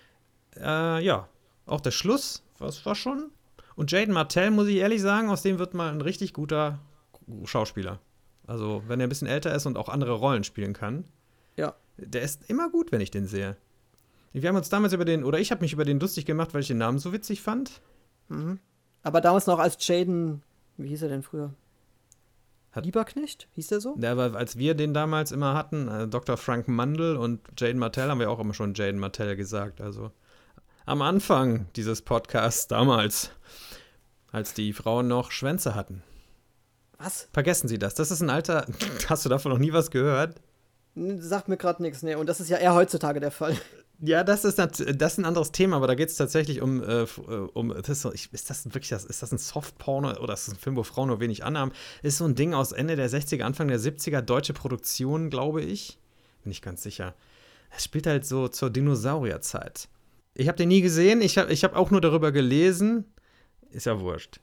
[SPEAKER 2] Äh, ja, auch der Schluss, was war schon? Und Jaden Martell, muss ich ehrlich sagen, aus dem wird mal ein richtig guter Schauspieler. Also, wenn er ein bisschen älter ist und auch andere Rollen spielen kann.
[SPEAKER 1] Ja.
[SPEAKER 2] Der ist immer gut, wenn ich den sehe. Wir haben uns damals über den, oder ich habe mich über den lustig gemacht, weil ich den Namen so witzig fand.
[SPEAKER 1] Mhm. Aber damals noch als Jaden, wie hieß er denn früher? Hat, Lieberknecht? Hieß der so?
[SPEAKER 2] Ja, aber als wir den damals immer hatten, äh, Doktor Frank Mandel und Jaden Martell, haben wir auch immer schon Jaden Martell gesagt. Also am Anfang dieses Podcasts damals, als die Frauen noch Schwänze hatten.
[SPEAKER 1] Was?
[SPEAKER 2] Vergessen Sie das. Das ist ein alter. Hast du davon noch nie was gehört?
[SPEAKER 1] Sagt mir gerade nichts, ne. Und das ist ja eher heutzutage der Fall.
[SPEAKER 2] Ja, das ist, das ist ein anderes Thema, aber da geht es tatsächlich um, äh, um das ist, ist das wirklich, ist das ein Softporno oder ist das ein Film, wo Frauen nur wenig anhaben? Ist so ein Ding aus Ende der sechziger, Anfang der siebziger, deutsche Produktion, glaube ich. Bin ich ganz sicher. Es spielt halt so zur Dinosaurierzeit. Ich habe den nie gesehen, ich habe ich hab auch nur darüber gelesen. Ist ja wurscht.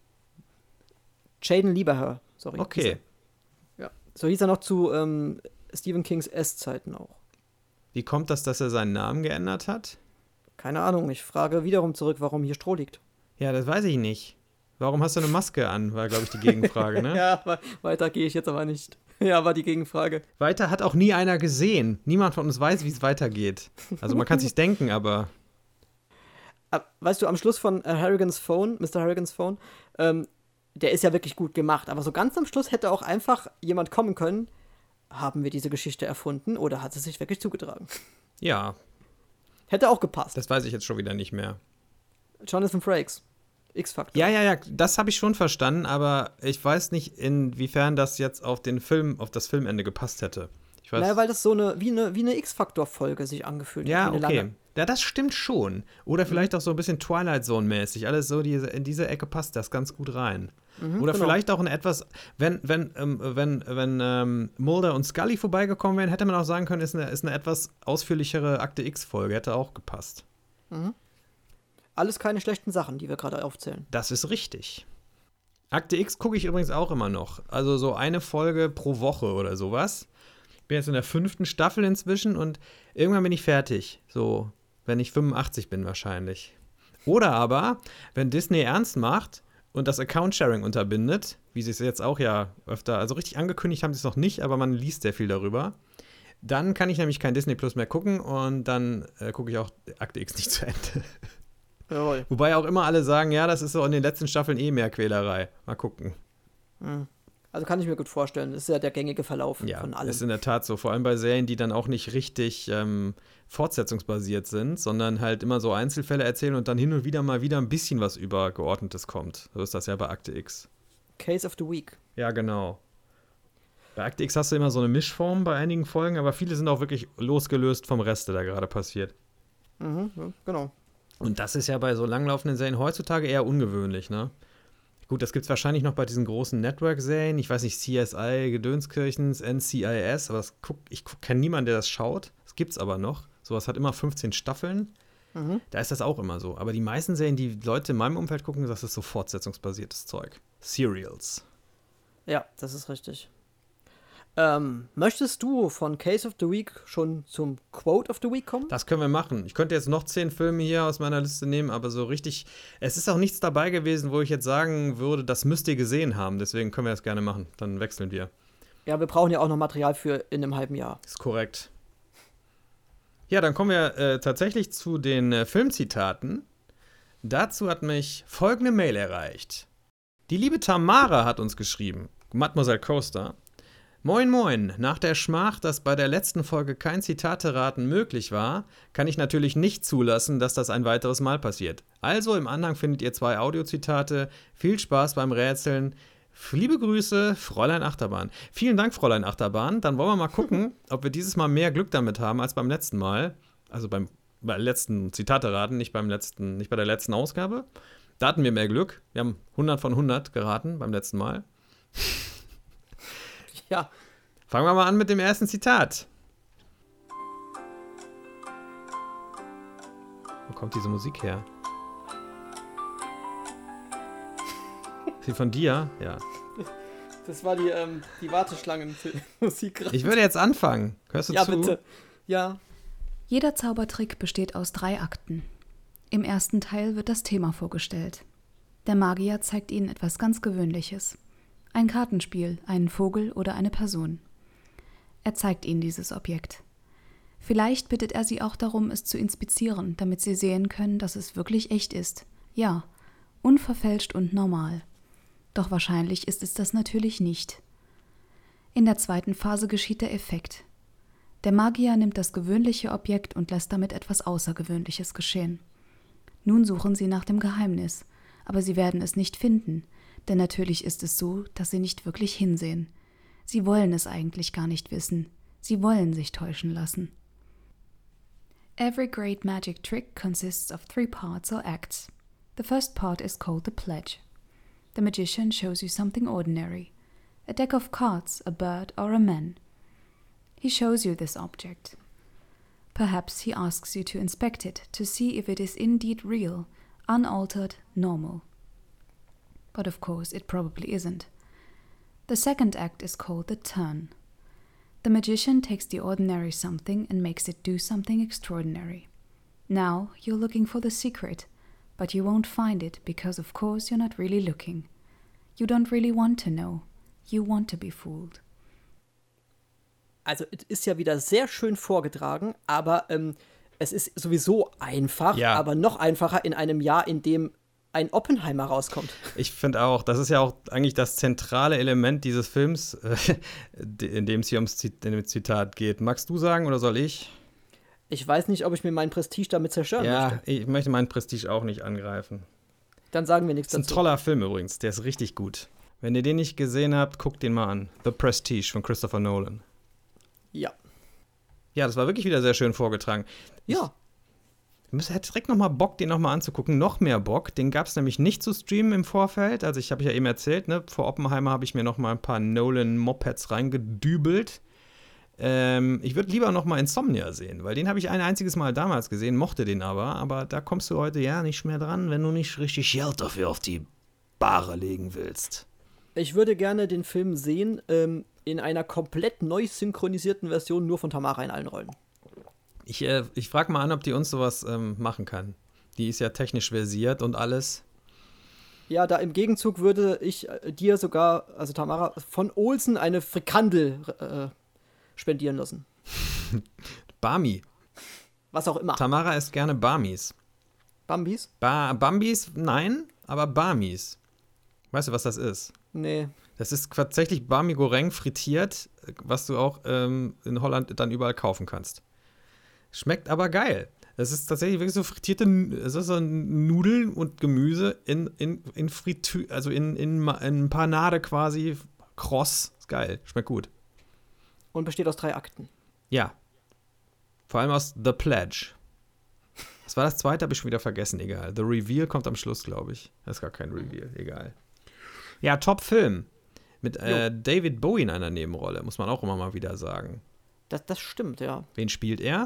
[SPEAKER 1] Jaden Lieberher, sorry.
[SPEAKER 2] Okay.
[SPEAKER 1] Ja. So hieß er noch zu ähm, Stephen Kings S-Zeiten auch.
[SPEAKER 2] Wie kommt das, dass er seinen Namen geändert hat?
[SPEAKER 1] Keine Ahnung, ich frage wiederum zurück, warum hier Stroh liegt.
[SPEAKER 2] Ja, das weiß ich nicht. Warum hast du eine Maske an, war, glaube ich, die Gegenfrage, ne?
[SPEAKER 1] Ja, weiter gehe ich jetzt aber nicht. Ja, war die Gegenfrage.
[SPEAKER 2] Weiter hat auch nie einer gesehen. Niemand von uns weiß, wie es weitergeht. Also man kann sich's denken, aber...
[SPEAKER 1] Weißt du, am Schluss von Harrigans Phone, Mister Harrigans Phone, ähm, der ist ja wirklich gut gemacht, aber so ganz am Schluss hätte auch einfach jemand kommen können, haben wir diese Geschichte erfunden oder hat es sich wirklich zugetragen?
[SPEAKER 2] Ja.
[SPEAKER 1] Hätte auch gepasst.
[SPEAKER 2] Das weiß ich jetzt schon wieder nicht mehr.
[SPEAKER 1] Jonathan Frakes, X-Factor.
[SPEAKER 2] Ja, ja, ja, das habe ich schon verstanden, aber ich weiß nicht, inwiefern das jetzt auf den Film, auf das Filmende gepasst hätte. Ich weiß,
[SPEAKER 1] naja, weil das so eine, wie eine, wie eine X-Factor-Folge sich angefühlt
[SPEAKER 2] ja,
[SPEAKER 1] hat. Ja,
[SPEAKER 2] okay.
[SPEAKER 1] Lange.
[SPEAKER 2] Ja, das stimmt schon. Oder vielleicht mhm. auch so ein bisschen Twilight Zone-mäßig. Alles so, diese, in diese Ecke passt das ganz gut rein. Mhm, Oder genau. vielleicht auch ein etwas, wenn, wenn, ähm, wenn, wenn ähm, Mulder und Scully vorbeigekommen wären, hätte man auch sagen können, ist eine, ist eine etwas ausführlichere Akte X-Folge. Hätte auch gepasst.
[SPEAKER 1] Mhm. Alles keine schlechten Sachen, die wir gerade aufzählen.
[SPEAKER 2] Das ist richtig. Akte X gucke ich übrigens auch immer noch. Also so eine Folge pro Woche oder sowas. Ich bin jetzt in der fünften Staffel inzwischen und irgendwann bin ich fertig. So, wenn ich fünfundachtzig bin wahrscheinlich. Oder aber, wenn Disney ernst macht und das Account-Sharing unterbindet, wie sie es jetzt auch ja öfter, also richtig angekündigt haben sie es noch nicht, aber man liest sehr viel darüber, dann kann ich nämlich kein Disney Plus mehr gucken und dann äh, gucke ich auch Akte X nicht zu Ende.
[SPEAKER 1] Jawohl.
[SPEAKER 2] Wobei auch immer alle sagen, ja, das ist so in den letzten Staffeln eh mehr Quälerei. Mal gucken.
[SPEAKER 1] Mhm. Also kann ich mir gut vorstellen, das ist ja der gängige Verlauf
[SPEAKER 2] ja,
[SPEAKER 1] von allem.
[SPEAKER 2] Ja, ist in der Tat so. Vor allem bei Serien, die dann auch nicht richtig ähm, fortsetzungsbasiert sind, sondern halt immer so Einzelfälle erzählen und dann hin und wieder mal wieder ein bisschen was Übergeordnetes kommt. So ist das ja bei Akte X.
[SPEAKER 1] Case of the Week.
[SPEAKER 2] Ja, genau. Bei Akte X hast du immer so eine Mischform bei einigen Folgen, aber viele sind auch wirklich losgelöst vom Rest, der da gerade passiert.
[SPEAKER 1] Mhm, ja, genau.
[SPEAKER 2] Und das ist ja bei so langlaufenden Serien heutzutage eher ungewöhnlich, ne? Gut, das gibt es wahrscheinlich noch bei diesen großen Network-Serien. Ich weiß nicht, C S I, Gedönskirchens, N C I S, aber das guck, ich kenne niemanden, der das schaut. Das gibt's aber noch. Sowas hat immer fünfzehn Staffeln. Mhm. Da ist das auch immer so. Aber die meisten Serien, die Leute in meinem Umfeld gucken, das ist so fortsetzungsbasiertes Zeug. Serials.
[SPEAKER 1] Ja, das ist richtig. Ähm, möchtest du von Case of the Week schon zum Quote of the Week kommen?
[SPEAKER 2] Das können wir machen. Ich könnte jetzt noch zehn Filme hier aus meiner Liste nehmen, aber so richtig, es ist auch nichts dabei gewesen, wo ich jetzt sagen würde, das müsst ihr gesehen haben. Deswegen können wir das gerne machen. Dann wechseln wir.
[SPEAKER 1] Ja, wir brauchen ja auch noch Material für in einem halben Jahr.
[SPEAKER 2] Ist korrekt. Ja, dann kommen wir äh, tatsächlich zu den äh, Filmzitaten. Dazu hat mich folgende Mail erreicht. Die liebe Tamara hat uns geschrieben, Mademoiselle Coaster. Moin moin, nach der Schmach, dass bei der letzten Folge kein Zitate-Raten möglich war, kann ich natürlich nicht zulassen, dass das ein weiteres Mal passiert. Also im Anhang findet ihr zwei Audiozitate. Viel Spaß beim Rätseln. Liebe Grüße, Fräulein Achterbahn. Vielen Dank, Fräulein Achterbahn. Dann wollen wir mal gucken, ob wir dieses Mal mehr Glück damit haben als beim letzten Mal. Also beim, beim letzten Zitate-Raten, nicht beim letzten, nicht bei der letzten Ausgabe. Da hatten wir mehr Glück. Wir haben hundert von hundert geraten beim letzten Mal.
[SPEAKER 1] Ja.
[SPEAKER 2] Fangen wir mal an mit dem ersten Zitat. Wo kommt diese Musik her? Ist sie von dir? Ja.
[SPEAKER 1] Das war die, ähm, die Warteschlangen-Musik.
[SPEAKER 2] Ich würde jetzt anfangen. Hörst du
[SPEAKER 1] ja,
[SPEAKER 2] zu?
[SPEAKER 1] Ja, bitte. Ja.
[SPEAKER 3] Jeder Zaubertrick besteht aus drei Akten. Im ersten Teil wird das Thema vorgestellt. Der Magier zeigt ihnen etwas ganz Gewöhnliches. Ein Kartenspiel, einen Vogel oder eine Person. Er zeigt ihnen dieses Objekt. Vielleicht bittet er sie auch darum, es zu inspizieren, damit sie sehen können, dass es wirklich echt ist. Ja, unverfälscht und normal. Doch wahrscheinlich ist es das natürlich nicht. In der zweiten Phase geschieht der Effekt. Der Magier nimmt das gewöhnliche Objekt und lässt damit etwas Außergewöhnliches geschehen. Nun suchen sie nach dem Geheimnis, aber sie werden es nicht finden, denn natürlich ist es so, dass sie nicht wirklich hinsehen. Sie wollen es eigentlich gar nicht wissen. Sie wollen sich täuschen lassen. Every great magic trick consists of three parts or acts. The first part is called the pledge. The magician shows you something ordinary, a deck of cards, a bird or a man. He shows you this object. Perhaps he asks you to inspect it to see if it is indeed real, unaltered, normal. But of course it probably isn't. The second act is called the turn. The magician takes the ordinary something and makes it do something extraordinary. Now you're looking for the secret, but you won't find it because of course you're not really looking. You don't really want to know. You want to be fooled.
[SPEAKER 1] Also, es ist ja wieder sehr schön vorgetragen, aber ähm, es ist sowieso einfach,
[SPEAKER 2] ja.
[SPEAKER 1] aber noch einfacher in einem Jahr, in dem ein Oppenheimer rauskommt.
[SPEAKER 2] Ich finde auch, das ist ja auch eigentlich das zentrale Element dieses Films, äh, in dem es hier ums Zitat geht. Magst du sagen oder soll ich?
[SPEAKER 1] Ich weiß nicht, ob ich mir mein Prestige damit zerstören
[SPEAKER 2] ja,
[SPEAKER 1] möchte.
[SPEAKER 2] Ja, ich möchte meinen Prestige auch nicht angreifen.
[SPEAKER 1] Dann sagen wir nichts
[SPEAKER 2] dazu. Das ist ein toller Film übrigens, der ist richtig gut. Wenn ihr den nicht gesehen habt, guckt den mal an. The Prestige von Christopher Nolan.
[SPEAKER 1] Ja.
[SPEAKER 2] Ja, das war wirklich wieder sehr schön vorgetragen.
[SPEAKER 1] Ja.
[SPEAKER 2] Ich hätte direkt noch mal Bock, den noch mal anzugucken. Noch mehr Bock. Den gab es nämlich nicht zu streamen im Vorfeld. Also ich habe ja eben erzählt, ne, vor Oppenheimer habe ich mir noch mal ein paar Nolan-Mopeds reingedübelt. Ähm, ich würde lieber noch mal Insomnia sehen, weil den habe ich ein einziges Mal damals gesehen, mochte den aber. Aber da kommst du heute ja nicht mehr dran, wenn du nicht richtig Geld dafür auf die Bahre legen willst.
[SPEAKER 1] Ich würde gerne den Film sehen, ähm, in einer komplett neu synchronisierten Version, nur von Tamara in allen Rollen.
[SPEAKER 2] Ich, äh, ich frage mal an, ob die uns sowas ähm, machen kann. Die ist ja technisch versiert und alles.
[SPEAKER 1] Ja, da im Gegenzug würde ich äh, dir sogar, also Tamara, von Olsen eine Frikandel äh, spendieren lassen.
[SPEAKER 2] Barmi.
[SPEAKER 1] Was auch immer.
[SPEAKER 2] Tamara isst gerne Barmis.
[SPEAKER 1] Bambis?
[SPEAKER 2] Ba- Bambis, nein, aber Barmis. Weißt du, was das ist?
[SPEAKER 1] Nee.
[SPEAKER 2] Das ist tatsächlich Barmi Goreng frittiert, was du auch ähm, in Holland dann überall kaufen kannst. Schmeckt aber geil. Das ist tatsächlich wirklich so frittierte, es ist so Nudeln und Gemüse in, in, in Fritü, also in, in, in Panade quasi, kross. Ist geil, schmeckt gut.
[SPEAKER 1] Und besteht aus drei Akten.
[SPEAKER 2] Ja. Vor allem aus The Pledge. Das war das zweite, habe ich schon wieder vergessen, egal. The Reveal kommt am Schluss, glaube ich. Das ist gar kein Reveal, egal. Ja, Top-Film. Mit äh, David Bowie in einer Nebenrolle, muss man auch immer mal wieder sagen.
[SPEAKER 1] Das, das stimmt, ja.
[SPEAKER 2] Wen spielt er?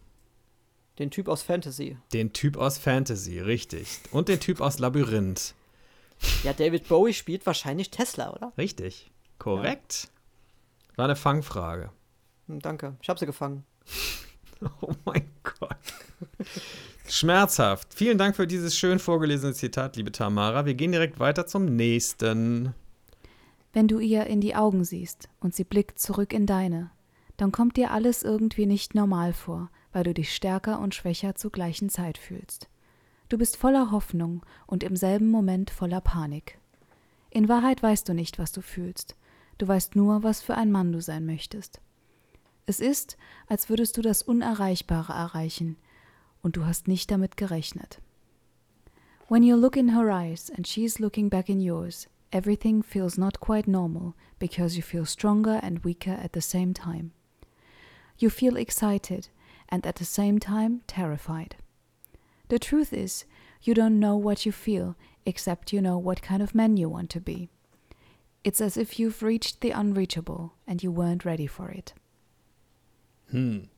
[SPEAKER 1] Den Typ aus Fantasy.
[SPEAKER 2] Den Typ aus Fantasy, richtig. Und den Typ aus Labyrinth.
[SPEAKER 1] Ja, David Bowie spielt wahrscheinlich Tesla, oder?
[SPEAKER 2] Richtig. Korrekt. Ja. War eine Fangfrage.
[SPEAKER 1] Danke, ich habe sie gefangen.
[SPEAKER 2] Oh mein Gott. Schmerzhaft. Vielen Dank für dieses schön vorgelesene Zitat, liebe Tamara. Wir gehen direkt weiter zum nächsten.
[SPEAKER 3] Wenn du ihr in die Augen siehst und sie blickt zurück in deine, dann kommt dir alles irgendwie nicht normal vor, weil du dich stärker und schwächer zur gleichen Zeit fühlst. Du bist voller Hoffnung und im selben Moment voller Panik. In Wahrheit weißt du nicht, was du fühlst. Du weißt nur, was für ein Mann du sein möchtest. Es ist, als würdest du das Unerreichbare erreichen, und du hast nicht damit gerechnet. When you look in her eyes and she's looking back in yours, everything feels not quite normal because you feel stronger and weaker at the same time. You feel excited and at the same time terrified. The truth is, you don't know what you feel except you know what kind of man you want to be. It's as if you've reached the unreachable and you weren't ready for it.
[SPEAKER 2] Hm.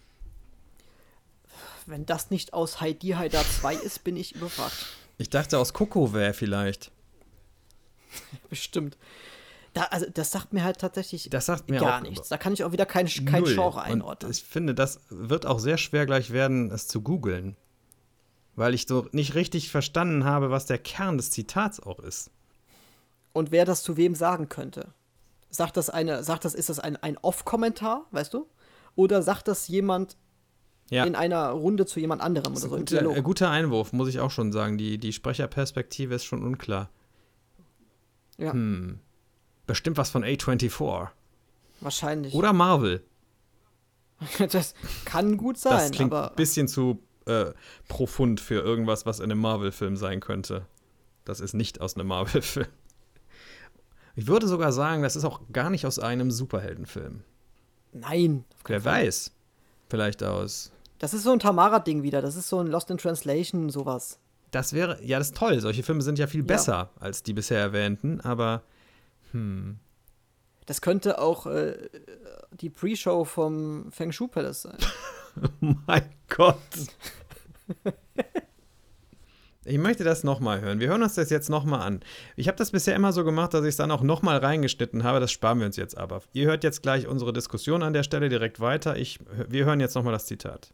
[SPEAKER 1] Wenn das nicht aus Heidi Haida zwei ist, bin ich überfragt.
[SPEAKER 2] Ich dachte, aus Coco wäre vielleicht.
[SPEAKER 1] Bestimmt. Da, also das sagt mir halt tatsächlich
[SPEAKER 2] das sagt mir
[SPEAKER 1] gar
[SPEAKER 2] auch
[SPEAKER 1] nichts. Da kann ich auch wieder kein, kein
[SPEAKER 2] null.
[SPEAKER 1] Genre einordnen.
[SPEAKER 2] Und ich finde, das wird auch sehr schwer gleich werden, es zu googeln. Weil ich so nicht richtig verstanden habe, was der Kern des Zitats auch ist.
[SPEAKER 1] Und wer das zu wem sagen könnte. Sagt das eine, sagt das, ist das ein, ein Off-Kommentar, weißt du? Oder sagt das jemand ja. in einer Runde zu jemand anderem oder so?
[SPEAKER 2] Ein guter, guter Einwurf, muss ich auch schon sagen. Die, die Sprecherperspektive ist schon unklar.
[SPEAKER 1] Ja.
[SPEAKER 2] Hm. Bestimmt was von A vierundzwanzig.
[SPEAKER 1] Wahrscheinlich.
[SPEAKER 2] Oder Marvel.
[SPEAKER 1] Das kann gut sein,
[SPEAKER 2] das klingt
[SPEAKER 1] aber
[SPEAKER 2] ein bisschen zu äh, profund für irgendwas, was in einem Marvel-Film sein könnte. Das ist nicht aus einem Marvel-Film. Ich würde sogar sagen, das ist auch gar nicht aus einem Superheldenfilm.
[SPEAKER 1] Nein.
[SPEAKER 2] Wer weiß. Vielleicht aus.
[SPEAKER 1] Das ist so ein Tamara-Ding wieder. Das ist so ein Lost in Translation, sowas.
[SPEAKER 2] Das wäre, ja, das ist toll. Solche Filme sind ja viel besser ja. als die bisher erwähnten, aber hm.
[SPEAKER 1] Das könnte auch äh, die Pre-Show vom Feng Shui Palace sein.
[SPEAKER 2] Oh mein Gott. Ich möchte das nochmal hören. Wir hören uns das jetzt nochmal an. Ich habe das bisher immer so gemacht, dass ich es dann auch nochmal reingeschnitten habe. Das sparen wir uns jetzt aber. Ihr hört jetzt gleich unsere Diskussion an der Stelle direkt weiter. Ich, wir hören jetzt nochmal das Zitat.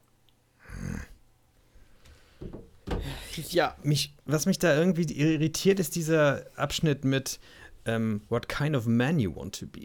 [SPEAKER 1] Ja.
[SPEAKER 2] Mich, was mich da irgendwie irritiert, ist dieser Abschnitt mit um, What kind of man you want to be.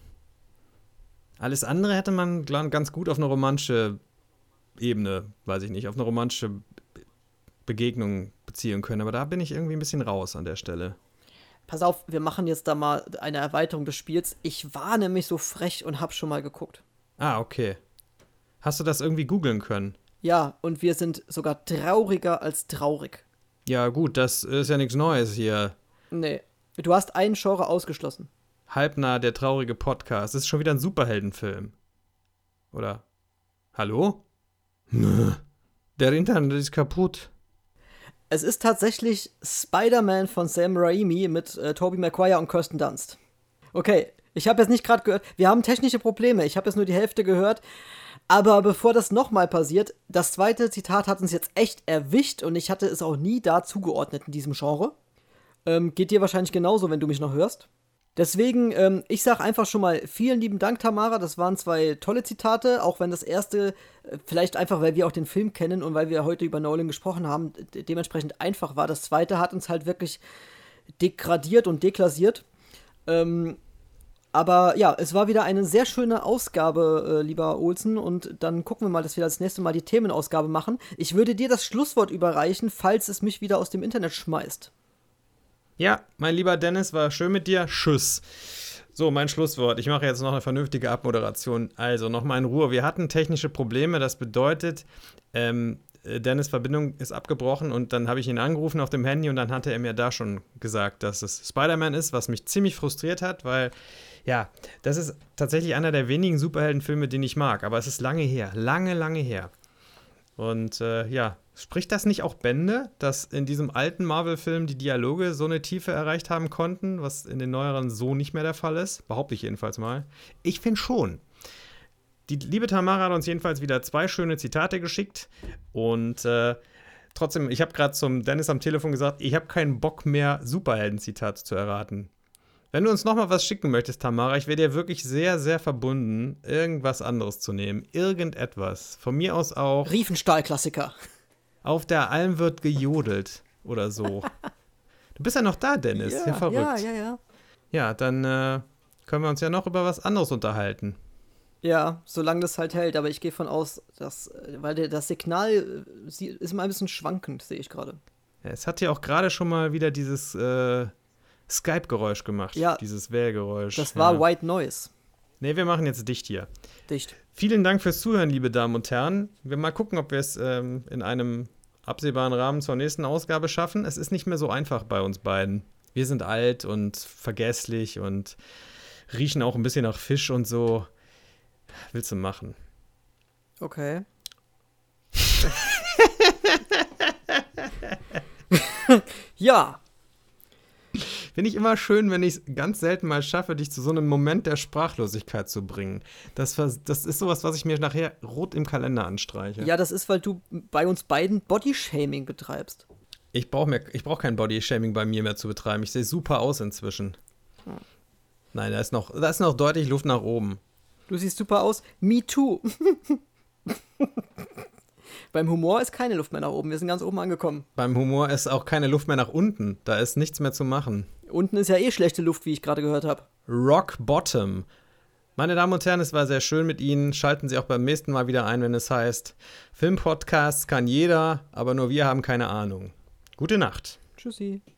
[SPEAKER 2] Alles andere hätte man ganz gut auf eine romantische Ebene, weiß ich nicht, auf eine romantische Begegnung beziehen können. Aber da bin ich irgendwie ein bisschen raus an der Stelle.
[SPEAKER 1] Pass auf, wir machen jetzt da mal eine Erweiterung des Spiels. Ich war nämlich so frech und hab schon mal geguckt.
[SPEAKER 2] Ah, okay. Hast du das irgendwie googeln können?
[SPEAKER 1] Ja, und wir sind sogar trauriger als traurig.
[SPEAKER 2] Ja, gut, das ist ja nichts Neues hier.
[SPEAKER 1] Nee, du hast ein Genre ausgeschlossen.
[SPEAKER 2] Halbnah, der traurige Podcast. Das ist schon wieder ein Superheldenfilm. Oder? Hallo? Der Internet ist kaputt.
[SPEAKER 1] Es ist tatsächlich Spider-Man von Sam Raimi mit äh, Tobey Maguire und Kirsten Dunst. Okay, ich habe jetzt nicht gerade gehört, wir haben technische Probleme, ich habe jetzt nur die Hälfte gehört. Aber bevor das nochmal passiert, das zweite Zitat hat uns jetzt echt erwischt und ich hatte es auch nie da zugeordnet in diesem Genre. Ähm, geht dir wahrscheinlich genauso, wenn du mich noch hörst. Deswegen, ähm, ich sag einfach schon mal vielen lieben Dank, Tamara. Das waren zwei tolle Zitate, auch wenn das erste, äh, vielleicht einfach, weil wir auch den Film kennen und weil wir heute über Nolan gesprochen haben, de- dementsprechend einfach war. Das zweite hat uns halt wirklich degradiert und deklassiert. Ähm, aber ja, es war wieder eine sehr schöne Ausgabe, äh, lieber Olsen. Und dann gucken wir mal, dass wir das nächste Mal die Themenausgabe machen. Ich würde dir das Schlusswort überreichen, falls es mich wieder aus dem Internet schmeißt.
[SPEAKER 2] Ja, mein lieber Dennis, war schön mit dir. Tschüss. So, mein Schlusswort. Ich mache jetzt noch eine vernünftige Abmoderation. Also, nochmal in Ruhe. Wir hatten technische Probleme. Das bedeutet, ähm, Dennis' Verbindung ist abgebrochen und dann habe ich ihn angerufen auf dem Handy und dann hatte er mir da schon gesagt, dass es Spider-Man ist, was mich ziemlich frustriert hat, weil, ja, das ist tatsächlich einer der wenigen Superheldenfilme, den ich mag. Aber es ist lange her. Lange, lange her. Und, äh, ja, spricht das nicht auch Bände, dass in diesem alten Marvel-Film die Dialoge so eine Tiefe erreicht haben konnten, was in den neueren so nicht mehr der Fall ist? Behaupte ich jedenfalls mal. Ich finde schon. Die liebe Tamara hat uns jedenfalls wieder zwei schöne Zitate geschickt. Und äh, trotzdem, ich habe gerade zum Dennis am Telefon gesagt, ich habe keinen Bock mehr, Superhelden-Zitate zu erraten. Wenn du uns nochmal was schicken möchtest, Tamara, ich wäre dir wirklich sehr, sehr verbunden, irgendwas anderes zu nehmen. Irgendetwas. Von mir aus auch.
[SPEAKER 1] Riefenstahl-Klassiker.
[SPEAKER 2] Auf der Alm wird gejodelt oder so. Du bist ja noch da, Dennis. Ja, ja verrückt.
[SPEAKER 1] Ja, ja, ja.
[SPEAKER 2] Ja, dann äh, können wir uns ja noch über was anderes unterhalten.
[SPEAKER 1] Ja, solange das halt hält. Aber ich gehe von aus, dass, weil der, das Signal ist immer ein bisschen schwankend, sehe ich gerade.
[SPEAKER 2] Ja, es hat ja auch gerade schon mal wieder dieses äh, Skype-Geräusch gemacht.
[SPEAKER 1] Ja.
[SPEAKER 2] Dieses Wählgeräusch.
[SPEAKER 1] Das war
[SPEAKER 2] ja.
[SPEAKER 1] White Noise.
[SPEAKER 2] Nee, wir machen jetzt dicht hier.
[SPEAKER 1] Dicht.
[SPEAKER 2] Vielen Dank fürs Zuhören, liebe Damen und Herren. Wir mal gucken, ob wir es ähm, in einem absehbaren Rahmen zur nächsten Ausgabe schaffen. Es ist nicht mehr so einfach bei uns beiden. Wir sind alt und vergesslich und riechen auch ein bisschen nach Fisch und so. Willst du machen?
[SPEAKER 1] Okay. Ja.
[SPEAKER 2] Finde ich immer schön, wenn ich es ganz selten mal schaffe, dich zu so einem Moment der Sprachlosigkeit zu bringen. Das, das ist sowas, was ich mir nachher rot im Kalender anstreiche.
[SPEAKER 1] Ja, das ist, weil du bei uns beiden Bodyshaming betreibst.
[SPEAKER 2] Ich brauche brauch kein Bodyshaming bei mir mehr zu betreiben. Ich sehe super aus inzwischen. Hm. Nein, da ist, noch, da ist noch deutlich Luft nach oben.
[SPEAKER 1] Du siehst super aus. Me too. Beim Humor ist keine Luft mehr nach oben. Wir sind ganz oben angekommen.
[SPEAKER 2] Beim Humor ist auch keine Luft mehr nach unten. Da ist nichts mehr zu machen.
[SPEAKER 1] Unten ist ja eh schlechte Luft, wie ich gerade gehört habe.
[SPEAKER 2] Rock Bottom. Meine Damen und Herren, es war sehr schön mit Ihnen. Schalten Sie auch beim nächsten Mal wieder ein, wenn es heißt, Filmpodcasts kann jeder, aber nur wir haben keine Ahnung. Gute Nacht.
[SPEAKER 1] Tschüssi.